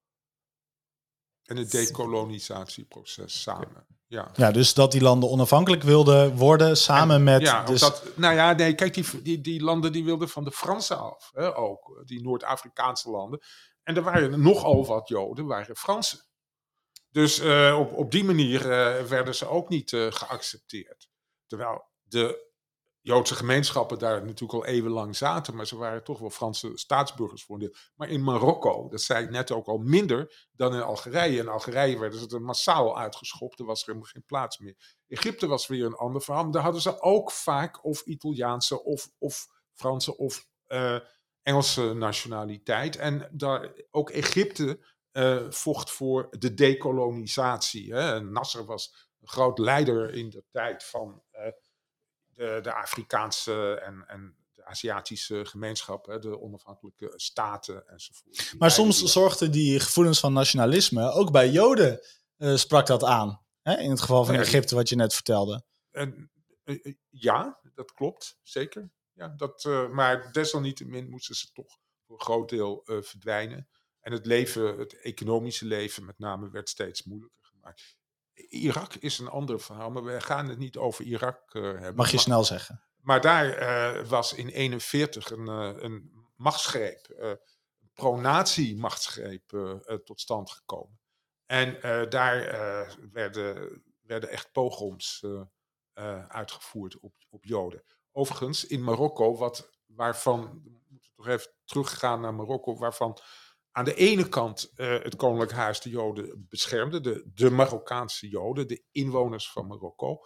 En het decolonisatieproces samen. Ja, dus dat die landen onafhankelijk wilden worden samen met... Ja, dus... kijk, die landen die wilden van de Fransen af. Ook, die Noord-Afrikaanse landen. En er waren nogal wat Joden, waren Fransen. Dus op die manier werden ze ook niet geaccepteerd. Terwijl de Joodse gemeenschappen daar natuurlijk al eeuwenlang zaten, maar ze waren toch wel Franse staatsburgers voor een deel. Maar in Marokko, dat zei ik net ook al, minder dan in Algerije. In Algerije werden ze er massaal uitgeschopt, er was er helemaal geen plaats meer. Egypte was weer een ander verhaal, daar hadden ze ook vaak of Italiaanse of Franse of Engelse nationaliteit. En ook Egypte vocht voor de dekolonisatie. Nasser was een groot leider in de tijd van de Afrikaanse en de Aziatische gemeenschap, de onafhankelijke staten enzovoort. Maar soms zorgden die gevoelens van nationalisme ook bij Joden, sprak dat aan. Hè? In het geval van Egypte, wat je net vertelde. Ja, dat klopt, zeker. Ja, maar desalniettemin moesten ze toch voor een groot deel verdwijnen. En het economische leven met name, werd steeds moeilijker gemaakt. Irak is een ander verhaal, maar we gaan het niet over Irak hebben. Mag je snel zeggen. Maar daar was in 1941 een machtsgreep, pro-nazi machtsgreep tot stand gekomen. En daar werden echt pogroms uitgevoerd op Joden. Overigens, in Marokko, waarvan, we moeten toch even teruggaan naar Marokko, waarvan aan de ene kant het Koninklijk Huis de Joden beschermde, de Marokkaanse Joden, de inwoners van Marokko.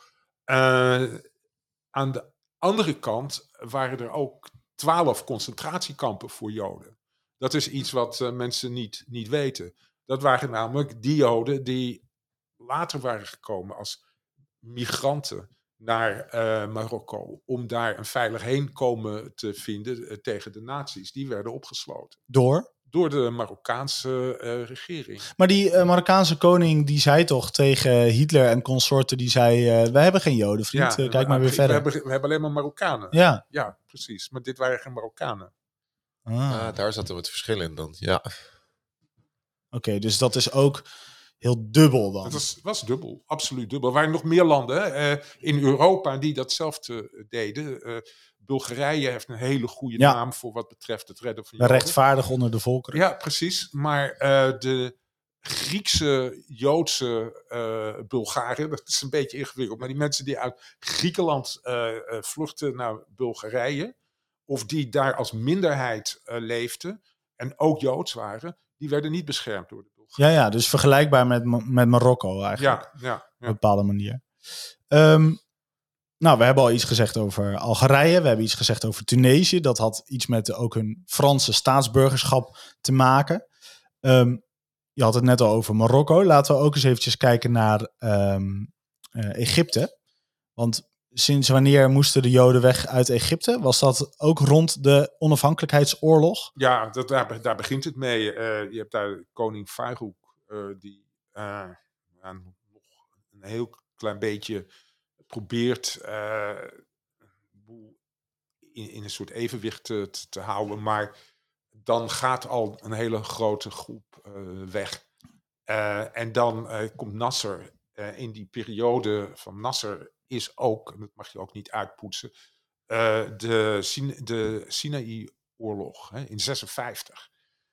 Aan de andere kant waren er ook 12 concentratiekampen voor Joden. Dat is iets wat mensen niet weten. Dat waren namelijk die Joden die later waren gekomen als migranten naar Marokko, om daar een veilig heenkomen te vinden tegen de nazi's. Die werden opgesloten. Door de Marokkaanse regering. Maar die Marokkaanse koning, die zei toch tegen Hitler en consorten, die zei, wij hebben geen Joden, vriend, kijk maar weer verder. We hebben alleen maar Marokkanen. Ja, precies. Maar dit waren geen Marokkanen. Daar zat er het verschil in dan, ja. Oké, dus dat is ook heel dubbel dan. Het was dubbel, absoluut dubbel. Er waren nog meer landen in Europa die datzelfde deden. Bulgarije heeft een hele goede naam voor wat betreft het redden van Joden. Rechtvaardig onder de volkeren. Ja, precies. Maar de Griekse, Joodse Bulgaren, dat is een beetje ingewikkeld, maar die mensen die uit Griekenland vluchten naar Bulgarije, of die daar als minderheid leefden en ook Joods waren, die werden niet beschermd door de Bulgaren. Ja, dus vergelijkbaar met Marokko eigenlijk. Ja. Op een bepaalde manier. Nou, we hebben al iets gezegd over Algerije. We hebben iets gezegd over Tunesië. Dat had iets met ook hun Franse staatsburgerschap te maken. Je had het net al over Marokko. Laten we ook eens eventjes kijken naar Egypte. Want sinds wanneer moesten de Joden weg uit Egypte? Was dat ook rond de onafhankelijkheidsoorlog? Ja, daar begint het mee. Je hebt daar koning Farouk, die nog een heel klein beetje probeert in een soort evenwicht te houden. Maar dan gaat al een hele grote groep weg. En dan komt Nasser. In die periode van Nasser is ook, en dat mag je ook niet uitpoetsen, de Sinaï-oorlog in 56.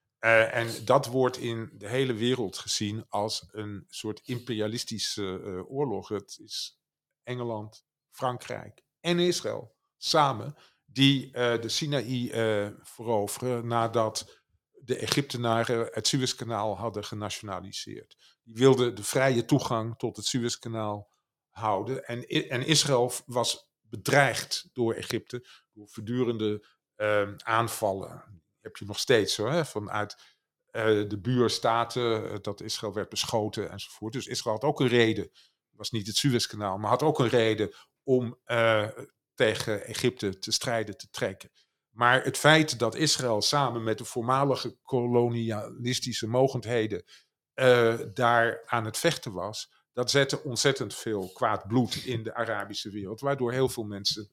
En dat wordt in de hele wereld gezien als een soort imperialistische oorlog. Het is Engeland, Frankrijk en Israël samen die de Sinaï veroveren nadat de Egyptenaren het Suezkanaal hadden genationaliseerd. Die wilden de vrije toegang tot het Suezkanaal houden. En Israël was bedreigd door Egypte, door voortdurende aanvallen. Heb je nog steeds hoor, vanuit de buurstaten dat Israël werd beschoten enzovoort. Dus Israël had ook een reden, het was niet het Suezkanaal, maar had ook een reden om tegen Egypte te strijden, te trekken. Maar het feit dat Israël samen met de voormalige kolonialistische mogendheden daar aan het vechten was, dat zette ontzettend veel kwaad bloed in de Arabische wereld, waardoor heel veel mensen,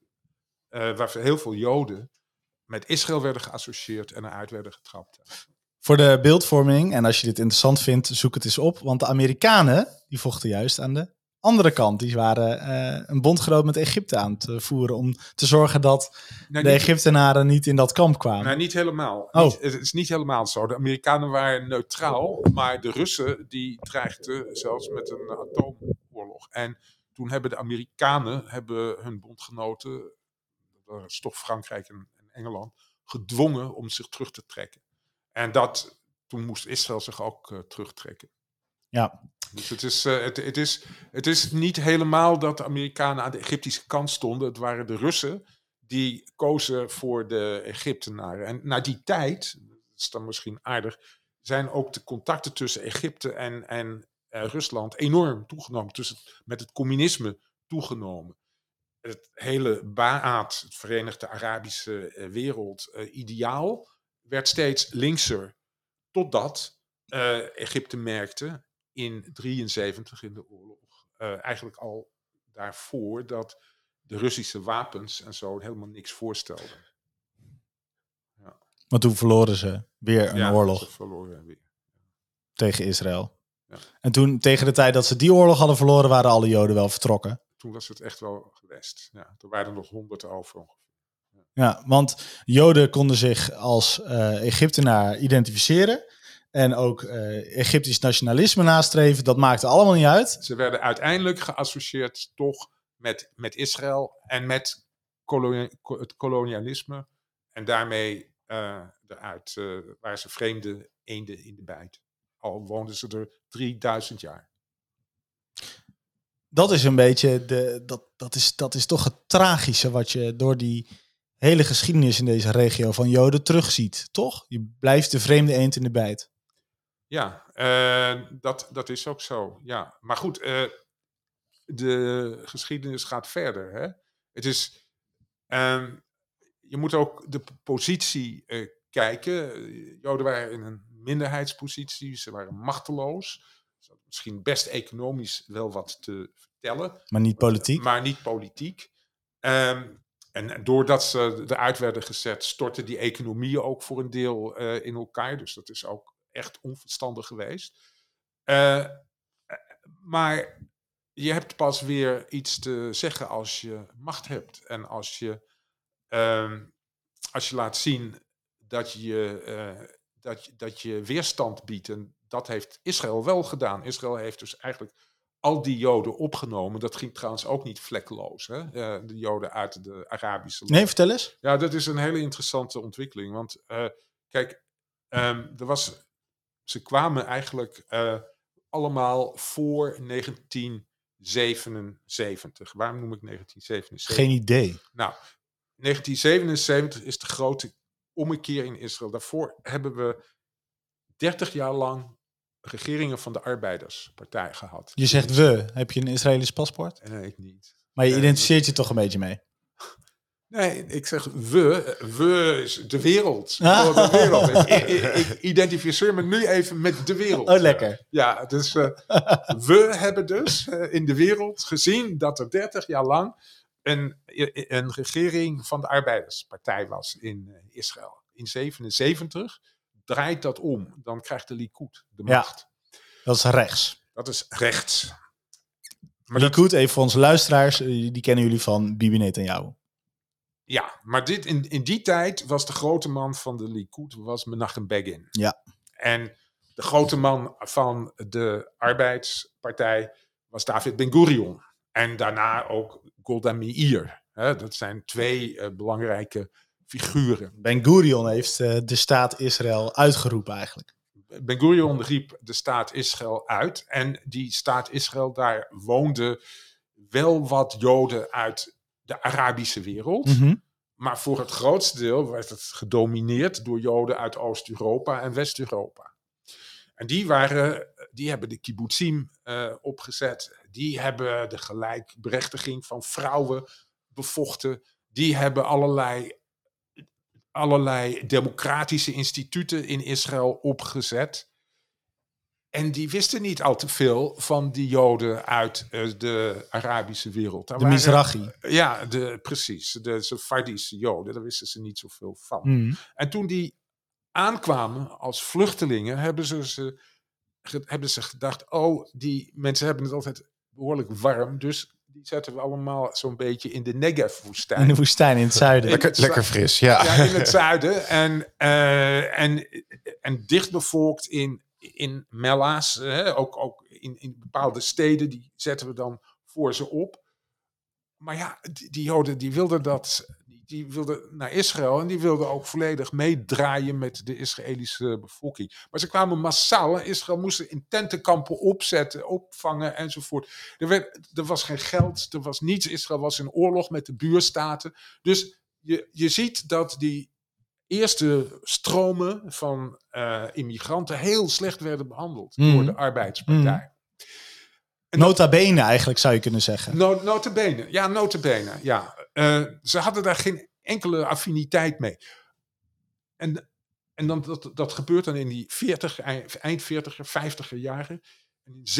heel veel Joden met Israël werden geassocieerd en eruit werden getrapt. Voor de beeldvorming, en als je dit interessant vindt, zoek het eens op. Want de Amerikanen, die vochten juist aan de andere kant. Die waren een bondgenoot met Egypte aan het voeren om te zorgen dat de Egyptenaren niet in dat kamp kwamen. Nee, niet helemaal. Oh. Het is niet helemaal zo. De Amerikanen waren neutraal, maar de Russen die dreigden zelfs met een atoomoorlog. En toen hebben de Amerikanen hun bondgenoten, dat is toch Frankrijk en Engeland, gedwongen om zich terug te trekken. En toen moest Israël zich ook terugtrekken. Ja. Dus het is niet helemaal dat de Amerikanen aan de Egyptische kant stonden. Het waren de Russen die kozen voor de Egyptenaren. En na die tijd, dat is dan misschien aardig, zijn ook de contacten tussen Egypte en Rusland enorm toegenomen. Met het communisme toegenomen. Het hele Ba'ath, het Verenigde Arabische Wereld, ideaal werd steeds linkser. Totdat Egypte merkte in 1973 in de oorlog, eigenlijk al daarvoor, dat de Russische wapens en zo helemaal niks voorstelden. Ja. Maar toen verloren ze weer een oorlog. Ze verloren weer. Tegen Israël. Ja. En toen, tegen de tijd dat ze die oorlog hadden verloren, waren alle Joden wel vertrokken. Toen was het echt wel geweest. Ja, er waren er nog 100 over ongeveer. Ja, want Joden konden zich als Egyptenaar identificeren. En ook Egyptisch nationalisme nastreven. Dat maakte allemaal niet uit. Ze werden uiteindelijk geassocieerd toch met Israël en met het kolonialisme. En daarmee eruit waren ze vreemde eenden in de bijt. Al woonden ze er 3000 jaar. Dat is een beetje, dat is toch het tragische wat je door die hele geschiedenis in deze regio van Joden terugziet, toch? Je blijft de vreemde eend in de bijt. Ja, dat is ook zo. Ja. Maar goed, de geschiedenis gaat verder. Hè? Het is, je moet ook de positie kijken. Joden waren in een minderheidspositie. Ze waren machteloos. Ze hadden misschien best economisch wel wat te vertellen. Maar niet politiek. Maar niet politiek. En doordat ze eruit werden gezet, stortten die economieën ook voor een deel in elkaar. Dus dat is ook echt onverstandig geweest. Maar je hebt pas weer iets te zeggen als je macht hebt. En als je laat zien dat je weerstand biedt. En dat heeft Israël wel gedaan. Israël heeft dus eigenlijk al die Joden opgenomen. Dat ging trouwens ook niet vlekkeloos. Hè? De Joden uit de Arabische landen. Nee, vertel eens. Ja, dat is een hele interessante ontwikkeling. Want kijk, ze kwamen eigenlijk allemaal voor 1948 1977. Waarom noem ik 1977? Geen idee. Nou, 1977 is de grote ommekeer in Israël. Daarvoor hebben we 30 jaar lang regeringen van de Arbeiderspartij gehad. Je zegt we. Heb je een Israëlisch paspoort? Nee, ik niet. Maar je identificeert je toch een beetje mee? Nee, ik zeg we. We is de wereld. Ah. De wereld. Ik identificeer me nu even met de wereld. Oh, lekker. Ja, dus we hebben dus in de wereld gezien dat er 30 jaar lang een regering van de Arbeiderspartij was in Israël. In 1977 draait dat om. Dan krijgt de Likud de macht. Dat is rechts. Dat is rechts. Maar Likud, even voor onze luisteraars, die kennen jullie van Bibi Netanyahu. Ja, maar in die tijd was de grote man van de Likud was Menachem Begin. Ja. En de grote man van de Arbeidspartij was David Ben-Gurion. En daarna ook Golda Meir. Dat zijn twee belangrijke figuren. Ben-Gurion heeft de staat Israël uitgeroepen eigenlijk. Ben-Gurion riep de staat Israël uit. En die staat Israël, daar woonden wel wat Joden uit de Arabische wereld. Mm-hmm. Maar voor het grootste deel werd het gedomineerd door Joden uit Oost-Europa en West-Europa. En die hebben de kibbutzim opgezet. Die hebben de gelijkberechtiging van vrouwen bevochten. Die hebben allerlei democratische instituten in Israël opgezet. En die wisten niet al te veel van die Joden uit de Arabische wereld. De Mizrahi. Ja, precies. De Sephardische Joden, daar wisten ze niet zoveel van. Mm. En toen die aankwamen als vluchtelingen, hebben ze gedacht, die mensen hebben het altijd behoorlijk warm, dus die zetten we allemaal zo'n beetje in de Negev-woestijn. In de woestijn, in het zuiden. Lekker fris, ja. Ja, in het zuiden. En dichtbevolkt in Mella's, ook in bepaalde steden, die zetten we dan voor ze op. Maar ja, die Joden die wilden naar Israël en die wilden ook volledig meedraaien met de Israëlische bevolking. Maar ze kwamen massaal en Israël moest in tentenkampen opvangen enzovoort. Er was geen geld, er was niets. Israël was in oorlog met de buurstaten. Dus je ziet dat die eerste stromen van immigranten heel slecht werden behandeld door de Arbeidspartij. Nota bene eigenlijk, zou je kunnen zeggen. Nota bene. Ja. Ze hadden daar geen enkele affiniteit mee. En dan, dat gebeurt dan in die eind 40er, 50er jaren. En in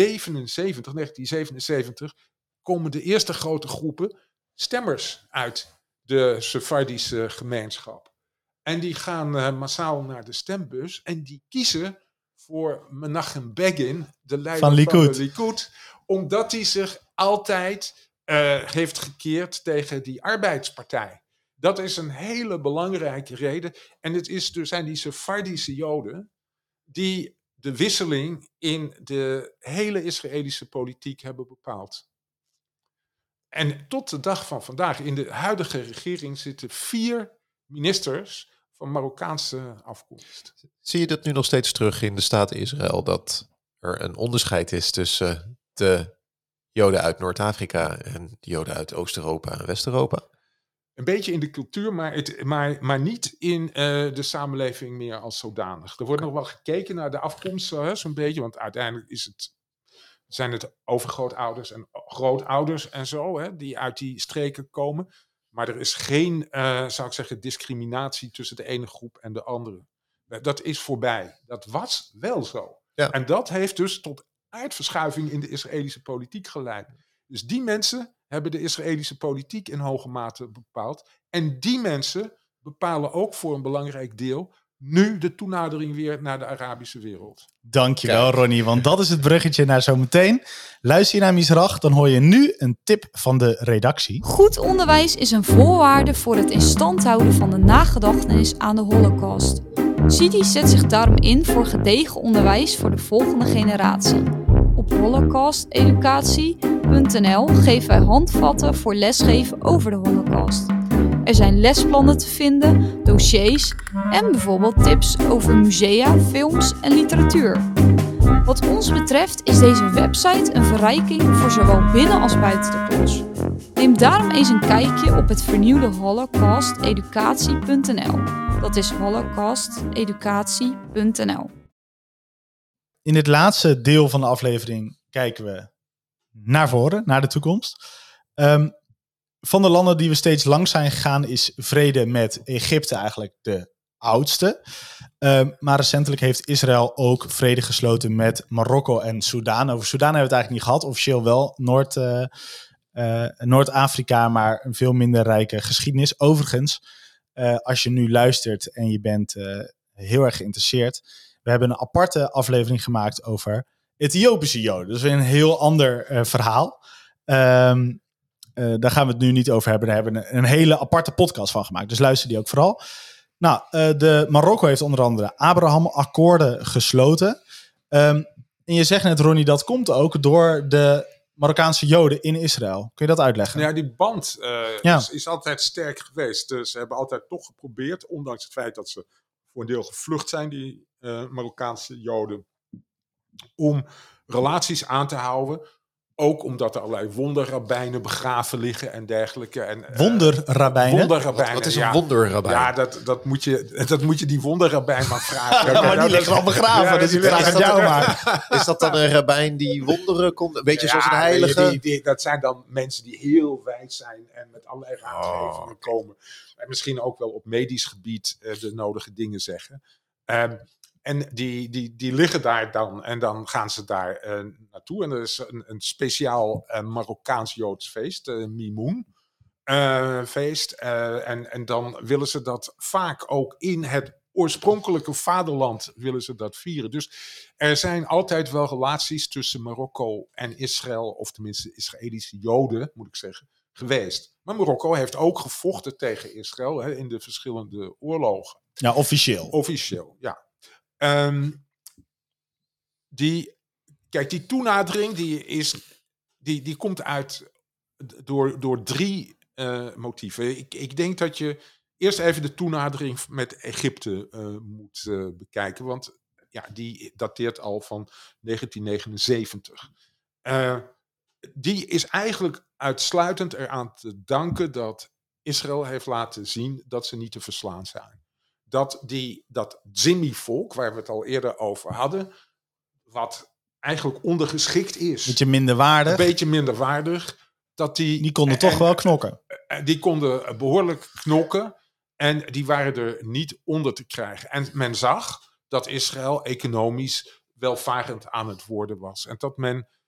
1977 komen de eerste grote groepen stemmers uit de Sephardische gemeenschap. En die gaan massaal naar de stembus en die kiezen voor Menachem Begin, de leider van de Likud, omdat hij zich altijd heeft gekeerd tegen die Arbeidspartij. Dat is een hele belangrijke reden. En het zijn die Sephardische Joden die de wisseling in de hele Israëlische politiek hebben bepaald. En tot de dag van vandaag, in de huidige regering zitten 4 ministers van Marokkaanse afkomst. Zie je dat nu nog steeds terug in de staat Israël, dat er een onderscheid is tussen de Joden uit Noord-Afrika en de Joden uit Oost-Europa en West-Europa? Een beetje in de cultuur, maar niet in de samenleving meer als zodanig. Er wordt nog wel gekeken naar de afkomst, zo'n beetje, want uiteindelijk zijn het overgrootouders en grootouders en zo, die uit die streken komen. Maar er is geen, zou ik zeggen, discriminatie tussen de ene groep en de andere. Dat is voorbij. Dat was wel zo. Ja. En dat heeft dus tot uitverschuiving in de Israëlische politiek geleid. Dus die mensen hebben de Israëlische politiek in hoge mate bepaald. En die mensen bepalen ook voor een belangrijk deel nu de toenadering weer naar de Arabische wereld. Dankjewel, Ronnie, want dat is het bruggetje naar zometeen. Luister je naar Mizrach, dan hoor je nu een tip van de redactie. Goed onderwijs is een voorwaarde voor het in stand houden van de nagedachtenis aan de Holocaust. CITI zet zich daarom in voor gedegen onderwijs voor de volgende generatie. Op holocausteducatie.nl geven wij handvatten voor lesgeven over de Holocaust. Er zijn lesplannen te vinden, dossiers en bijvoorbeeld tips over musea, films en literatuur. Wat ons betreft is deze website een verrijking voor zowel binnen als buiten de klas. Neem daarom eens een kijkje op het vernieuwde holocausteducatie.nl. Dat is holocausteducatie.nl. In dit laatste deel van de aflevering kijken we naar voren, naar de toekomst. Van de landen die we steeds langs zijn gegaan is vrede met Egypte eigenlijk de oudste. Maar recentelijk heeft Israël ook vrede gesloten met Marokko en Soedan. Over Soedan hebben we het eigenlijk niet gehad. Officieel wel Noord-Afrika, maar een veel minder rijke geschiedenis. Overigens, als je nu luistert en je bent heel erg geïnteresseerd. We hebben een aparte aflevering gemaakt over Ethiopische Joden. Dat is weer een heel ander verhaal. Daar gaan we het nu niet over hebben. Daar hebben we een hele aparte podcast van gemaakt. Dus luister die ook vooral. Nou, Marokko heeft onder andere Abraham-akkoorden gesloten. En je zegt net, Ronnie, dat komt ook door de Marokkaanse Joden in Israël. Kun je dat uitleggen? Ja, die band is altijd sterk geweest. Dus ze hebben altijd toch geprobeerd, ondanks het feit dat ze voor een deel gevlucht zijn, die Marokkaanse Joden, om relaties aan te houden. Ook omdat er allerlei wonderrabbijnen begraven liggen en dergelijke. Wonderrabbijnen? Wat is een wonderrabbijn? Ja, dat moet je die wonderrabbijn maar vragen. Ja, maar die liggen al begraven, dus ik vraag het jou maar. Is dat dan een rabbijn die wonderen komt? Een beetje zoals een heilige? Dat zijn dan mensen die heel wijs zijn en met allerlei raadgevingen komen. En misschien ook wel op medisch gebied de nodige dingen zeggen. En die liggen daar dan en dan gaan ze daar naartoe. En er is een speciaal Marokkaans-Joods feest, Mimoen feest. En dan willen ze dat vaak ook in het oorspronkelijke vaderland willen ze dat vieren. Dus er zijn altijd wel relaties tussen Marokko en Israël, of tenminste Israëlische Joden, moet ik zeggen, geweest. Maar Marokko heeft ook gevochten tegen Israël in de verschillende oorlogen. Ja, officieel. Officieel, ja. Die toenadering die komt uit door drie motieven. Ik denk dat je eerst even de toenadering met Egypte moet bekijken, want die dateert al van 1979. Die is eigenlijk uitsluitend eraan te danken dat Israël heeft laten zien dat ze niet te verslaan zijn. Dat Zimmi-volk, waar we het al eerder over hadden, wat eigenlijk ondergeschikt is. Beetje minderwaardig. Een beetje minderwaardig. Die konden toch wel knokken. Die konden behoorlijk knokken en die waren er niet onder te krijgen. En men zag dat Israël economisch welvarend aan het worden was. En dat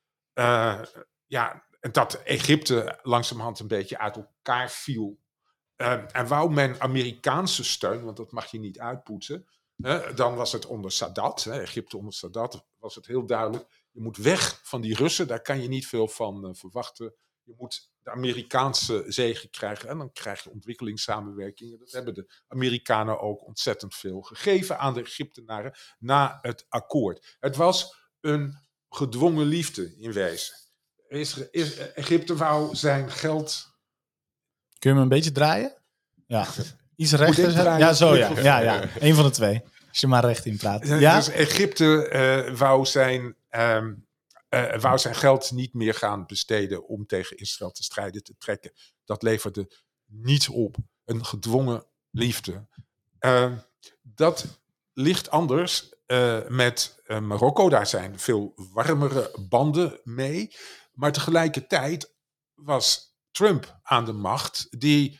dat Egypte langzamerhand een beetje uit elkaar viel. En wou men Amerikaanse steun, want dat mag je niet uitpoetsen. Dan was het onder Sadat, Egypte onder Sadat, was het heel duidelijk. Je moet weg van die Russen, daar kan je niet veel van verwachten. Je moet de Amerikaanse zege krijgen en dan krijg je ontwikkelingssamenwerking. Dat hebben de Amerikanen ook ontzettend veel gegeven aan de Egyptenaren na het akkoord. Het was een gedwongen liefde in wezen. Egypte wou zijn geld... Kun je hem een beetje draaien? Ja. Iets rechter? Ja, zo ja. Ja. Eén van de twee. Als je maar recht in praat. Ja? Dus Egypte wou zijn geld niet meer gaan besteden om tegen Israël te strijden, te trekken. Dat leverde niet op. Een gedwongen liefde. Dat ligt anders met Marokko. Daar zijn veel warmere banden mee. Maar tegelijkertijd was Trump aan de macht, die,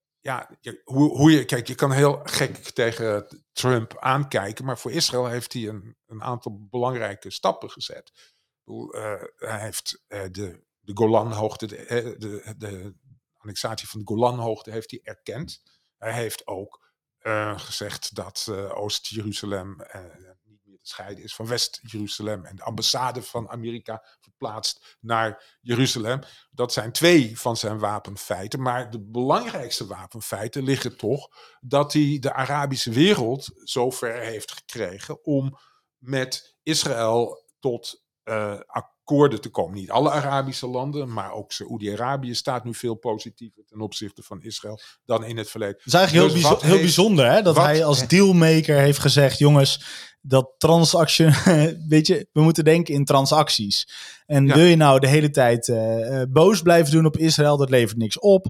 je kan heel gek tegen Trump aankijken, maar voor Israël heeft hij een aantal belangrijke stappen gezet. Hij heeft de Golanhoogte, de annexatie van de Golanhoogte heeft hij erkend. Hij heeft ook gezegd dat Oost-Jeruzalem niet meer te scheiden is van West-Jeruzalem en de ambassade van Amerika verplaatst naar Jeruzalem. Dat zijn 2 van zijn wapenfeiten, maar de belangrijkste wapenfeiten liggen toch dat hij de Arabische wereld zover heeft gekregen om met Israël tot Koerden te komen. Niet alle Arabische landen, maar ook Saoedi-Arabië staat nu veel positiever ten opzichte van Israël dan in het verleden. Het is eigenlijk Dus heel bijzonder hè, dat wat- hij als dealmaker heeft gezegd, jongens, dat weet je, we moeten denken in transacties. En Ja. wil je nou de hele tijd boos blijven doen op Israël, dat levert niks op.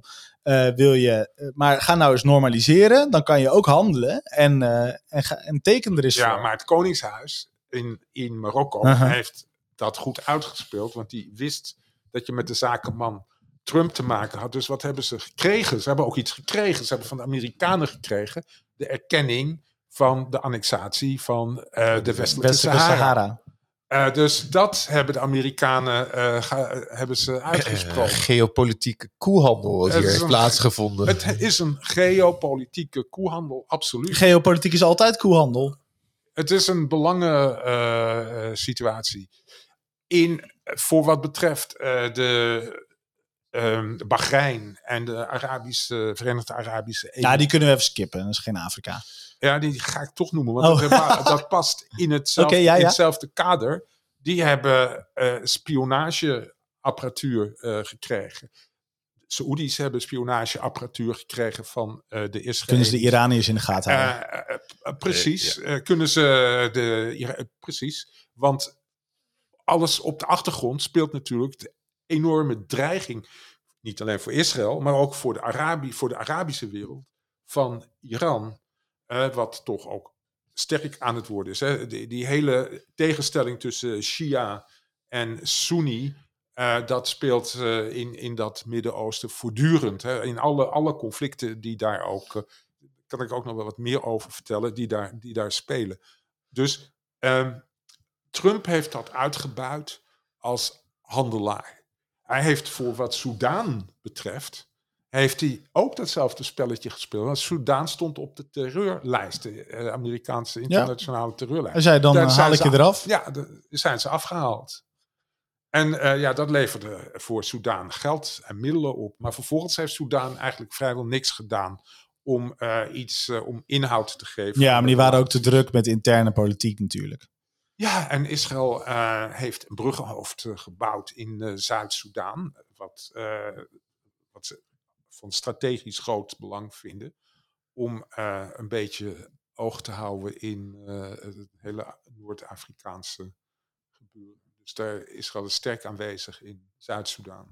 Maar ga nou eens normaliseren, dan kan je ook handelen en teken er eens Ja, voor. maar het Koningshuis in Marokko Uh-huh. heeft dat goed uitgespeeld, want die wist dat je met de zakenman Trump te maken had. Dus wat hebben ze gekregen? Ze hebben ook iets gekregen. Ze hebben van de Amerikanen gekregen de erkenning van de annexatie van de Westelijke Sahara. Dus dat hebben de Amerikanen hebben ze uitgesproken. Geopolitieke koehandel wat Het hier is heeft een- plaatsgevonden. Het is een geopolitieke koehandel, absoluut. Geopolitiek is altijd koehandel. Het is een belangensituatie. Voor wat betreft de Bahrein en de Verenigde Arabische Ja, Emiraten. die kunnen we even skippen, dat is geen Afrika. Ja, die ga ik toch noemen, want dat past in hetzelfde, Oké, ja. in hetzelfde kader. Die hebben spionageapparatuur gekregen. Saoedi's hebben spionageapparatuur gekregen van de Israëli's. Kunnen ze de Iraniërs in de gaten houden? Precies. Kunnen ze precies. Want alles op de achtergrond speelt natuurlijk de enorme dreiging. Niet alleen voor Israël, maar ook voor de Arabische wereld van Iran. Wat toch ook sterk aan het worden is. Hè. Die hele tegenstelling tussen Shia en Sunni. Dat speelt in dat Midden-Oosten voortdurend. Hè. In alle conflicten die daar ook... kan ik ook nog wel wat meer over vertellen. Die daar spelen. Dus Trump heeft dat uitgebuit als handelaar. Hij heeft voor wat Soedan betreft... heeft hij ook datzelfde spelletje gespeeld. Want Soedan stond op de terreurlijst. De Amerikaanse internationale terreurlijst. Hij zei, dan Daar haal ik je eraf. Ja, daar zijn ze afgehaald. En dat leverde voor Soedan geld en middelen op. Maar vervolgens heeft Soedan eigenlijk vrijwel niks gedaan om om inhoud te geven. Ja, maar die waren ook te druk met interne politiek natuurlijk. Ja, en Israël heeft een bruggenhoofd gebouwd in Zuid-Soedan. Wat ze van strategisch groot belang vinden. Om een beetje oog te houden in het hele Noord-Afrikaanse gebeuren. Dus daar is Israël sterk aanwezig in Zuid-Soedan.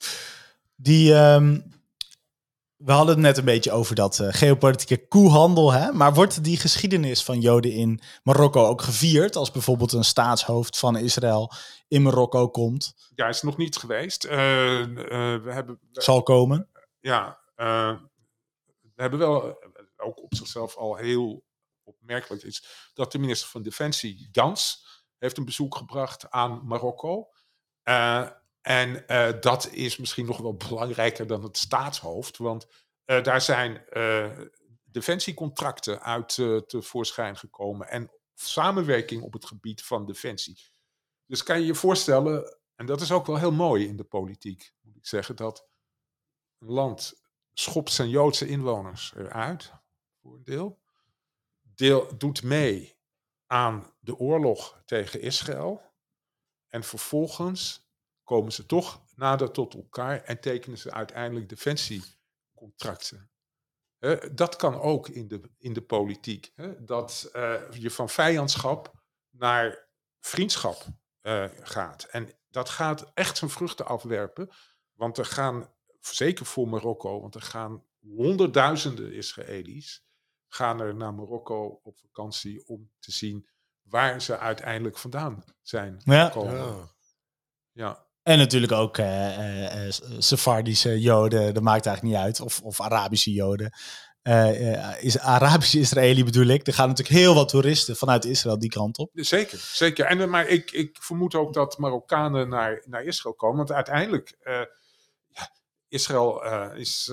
We hadden het net een beetje over dat geopolitieke koehandel. Hè? Maar wordt die geschiedenis van Joden in Marokko ook gevierd? Als bijvoorbeeld een staatshoofd van Israël in Marokko komt? Ja, is nog niet geweest. Zal komen. Ja, we hebben wel ook op zichzelf al heel opmerkelijk is dat de minister van Defensie, Gans, heeft een bezoek gebracht aan Marokko. En dat is misschien nog wel belangrijker dan het staatshoofd, want daar zijn defensiecontracten uit tevoorschijn gekomen en samenwerking op het gebied van defensie. Dus kan je je voorstellen, en dat is ook wel heel mooi in de politiek, moet ik zeggen, dat een land schopt zijn Joodse inwoners eruit, voor een deel doet mee aan de oorlog tegen Israël en vervolgens komen ze toch nader tot elkaar en tekenen ze uiteindelijk defensiecontracten. Dat kan ook in de politiek. Dat je van vijandschap naar vriendschap gaat. En dat gaat echt zijn vruchten afwerpen. Want er gaan, zeker voor Marokko, want er gaan honderdduizenden Israëli's gaan er naar Marokko op vakantie om te zien waar ze uiteindelijk vandaan zijn gekomen. Ja. En natuurlijk ook Sephardische Joden, dat maakt eigenlijk niet uit. Of Arabische Joden. Arabische Israëli bedoel ik. Er gaan natuurlijk heel wat toeristen vanuit Israël die kant op. Zeker. Maar ik vermoed ook dat Marokkanen naar Israël komen. Want uiteindelijk, Israël is...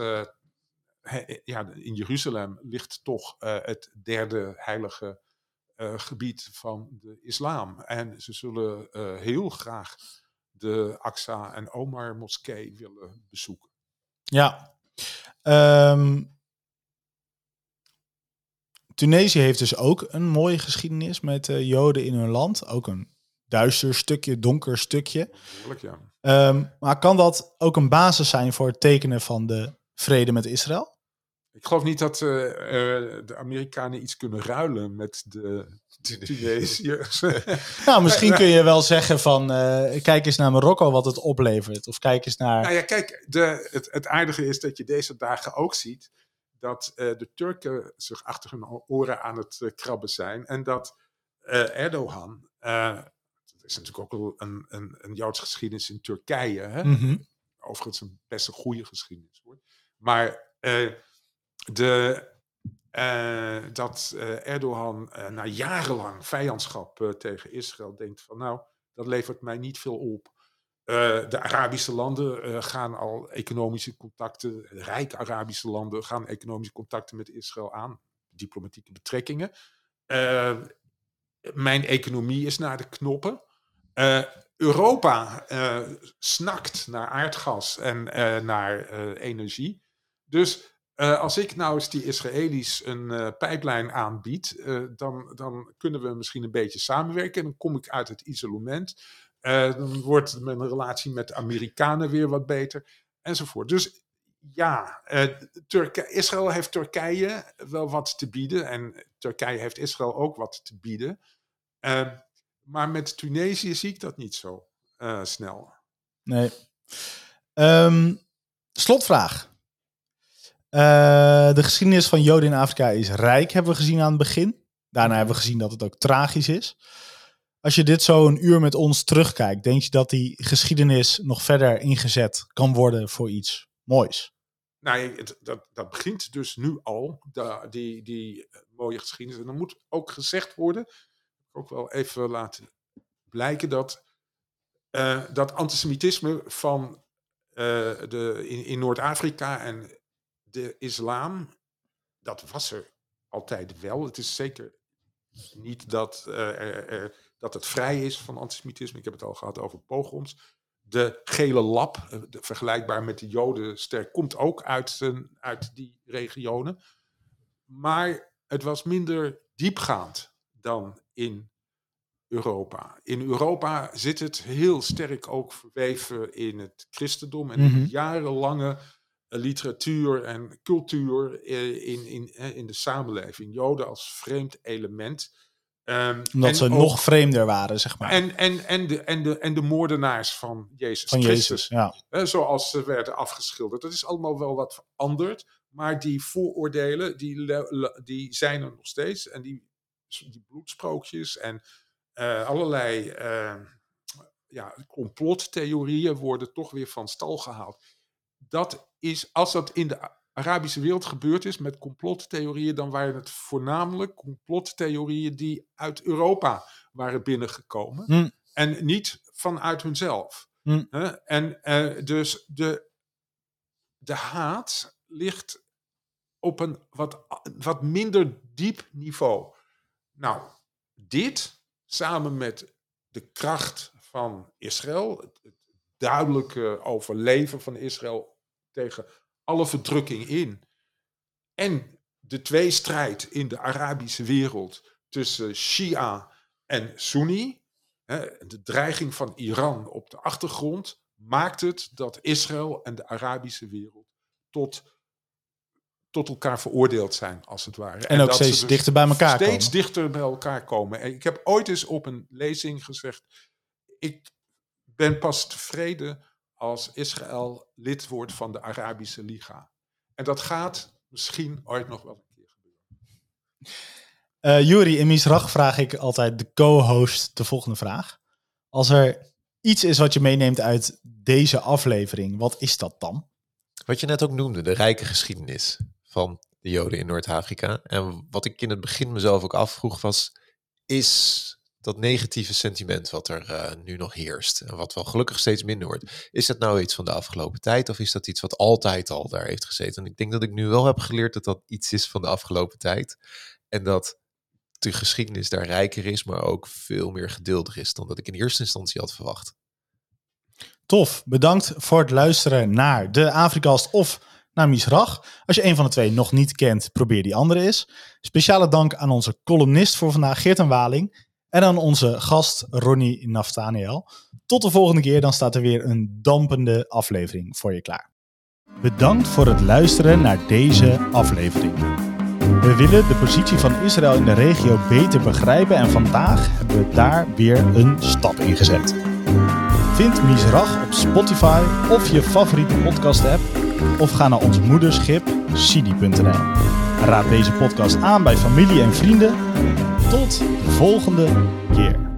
in Jeruzalem ligt toch het derde heilige gebied van de islam. En ze zullen heel graag de Aqsa en Omar moskee willen bezoeken. Ja. Tunesië heeft dus ook een mooie geschiedenis met Joden in hun land. Ook een duister stukje, donker stukje. Behoorlijk, ja. Maar kan dat ook een basis zijn voor het tekenen van de vrede met Israël? Ik geloof niet dat de Amerikanen iets kunnen ruilen met de Tunesiërs. Nou, misschien kun je wel zeggen van... kijk eens naar Marokko wat het oplevert. Of kijk eens naar... Nou ja, kijk, het aardige is dat je deze dagen ook ziet dat de Turken zich achter hun oren aan het krabben zijn. En dat Erdogan... dat is natuurlijk ook een Joodse geschiedenis in Turkije. Hè? Mhm. Overigens best een goede geschiedenis, hoor. Maar dat Erdogan na jarenlang vijandschap tegen Israël denkt van nou, dat levert mij niet veel op. De Arabische landen gaan al economische contacten, rijke Arabische landen gaan economische contacten met Israël aan, diplomatieke betrekkingen. Mijn economie is naar de knoppen. Europa snakt naar aardgas en naar energie. Dus als ik nou eens die Israëli's een pijplijn aanbied, dan kunnen we misschien een beetje samenwerken. En dan kom ik uit het isolement. Dan wordt mijn relatie met de Amerikanen weer wat beter. Enzovoort. Dus ja, Israël heeft Turkije wel wat te bieden. En Turkije heeft Israël ook wat te bieden. Maar met Tunesië zie ik dat niet zo snel. Nee. Slotvraag. De geschiedenis van Joden in Afrika is rijk, hebben we gezien aan het begin. Daarna hebben we gezien dat het ook tragisch is. Als je dit zo een uur met ons terugkijkt, denk je dat die geschiedenis nog verder ingezet kan worden voor iets moois? Nou, dat begint dus nu al, die mooie geschiedenis. En dan moet ook gezegd worden, ook wel even laten blijken dat antisemitisme van in Noord-Afrika en de islam, dat was er altijd wel. Het is zeker niet dat het vrij is van antisemitisme. Ik heb het al gehad over pogroms. De gele lap, vergelijkbaar met de Jodenster, komt ook uit die regionen. Maar het was minder diepgaand dan in Europa. In Europa zit het heel sterk ook verweven in het christendom en in jarenlange literatuur en cultuur in de samenleving. Joden als vreemd element. Omdat ze nog vreemder waren, zeg maar. En de moordenaars van Jezus van Christus. Jezus, ja. Zoals ze werden afgeschilderd. Dat is allemaal wel wat veranderd. Maar die vooroordelen, die zijn er nog steeds. En die bloedsprookjes en allerlei complottheorieën worden toch weer van stal gehaald. Dat is, als dat in de Arabische wereld gebeurd is met complottheorieën, dan waren het voornamelijk complottheorieën die uit Europa waren binnengekomen. En niet vanuit hunzelf. Dus de haat ligt op een wat minder diep niveau. Nou, dit samen met de kracht van Israël, het duidelijke overleven van Israël tegen alle verdrukking in, en de tweestrijd in de Arabische wereld tussen Shia en Sunni, de dreiging van Iran op de achtergrond, maakt het dat Israël en de Arabische wereld tot elkaar veroordeeld zijn, als het ware. En ook dat steeds dichter bij elkaar komen. Steeds dichter bij elkaar komen. En ik heb ooit eens op een lezing gezegd, ik ben pas tevreden als Israël lid wordt van de Arabische Liga. En dat gaat misschien ooit nog wel een keer gebeuren. Juri, in Misrach vraag ik altijd de co-host de volgende vraag. Als er iets is wat je meeneemt uit deze aflevering, wat is dat dan? Wat je net ook noemde, de rijke geschiedenis van de Joden in Noord-Afrika. En wat ik in het begin mezelf ook afvroeg was, is dat negatieve sentiment wat er nu nog heerst en wat wel gelukkig steeds minder wordt, is dat nou iets van de afgelopen tijd of is dat iets wat altijd al daar heeft gezeten? En ik denk dat ik nu wel heb geleerd dat dat iets is van de afgelopen tijd en dat de geschiedenis daar rijker is, maar ook veel meer gedeelder is dan dat ik in eerste instantie had verwacht. Tof, bedankt voor het luisteren naar de Afrikast of naar Misrach. Als je een van de twee nog niet kent, probeer die andere eens. Speciale dank aan onze columnist voor vandaag, Geert en Waling. En dan onze gast Ronnie Naftaniel. Tot de volgende keer, dan staat er weer een dampende aflevering voor je klaar. Bedankt voor het luisteren naar deze aflevering. We willen de positie van Israël in de regio beter begrijpen en vandaag hebben we daar weer een stap in gezet. Vind Mizrach op Spotify of je favoriete podcast app of ga naar ons moederschip Sidi.nl. Raad deze podcast aan bij familie en vrienden. Tot de volgende keer.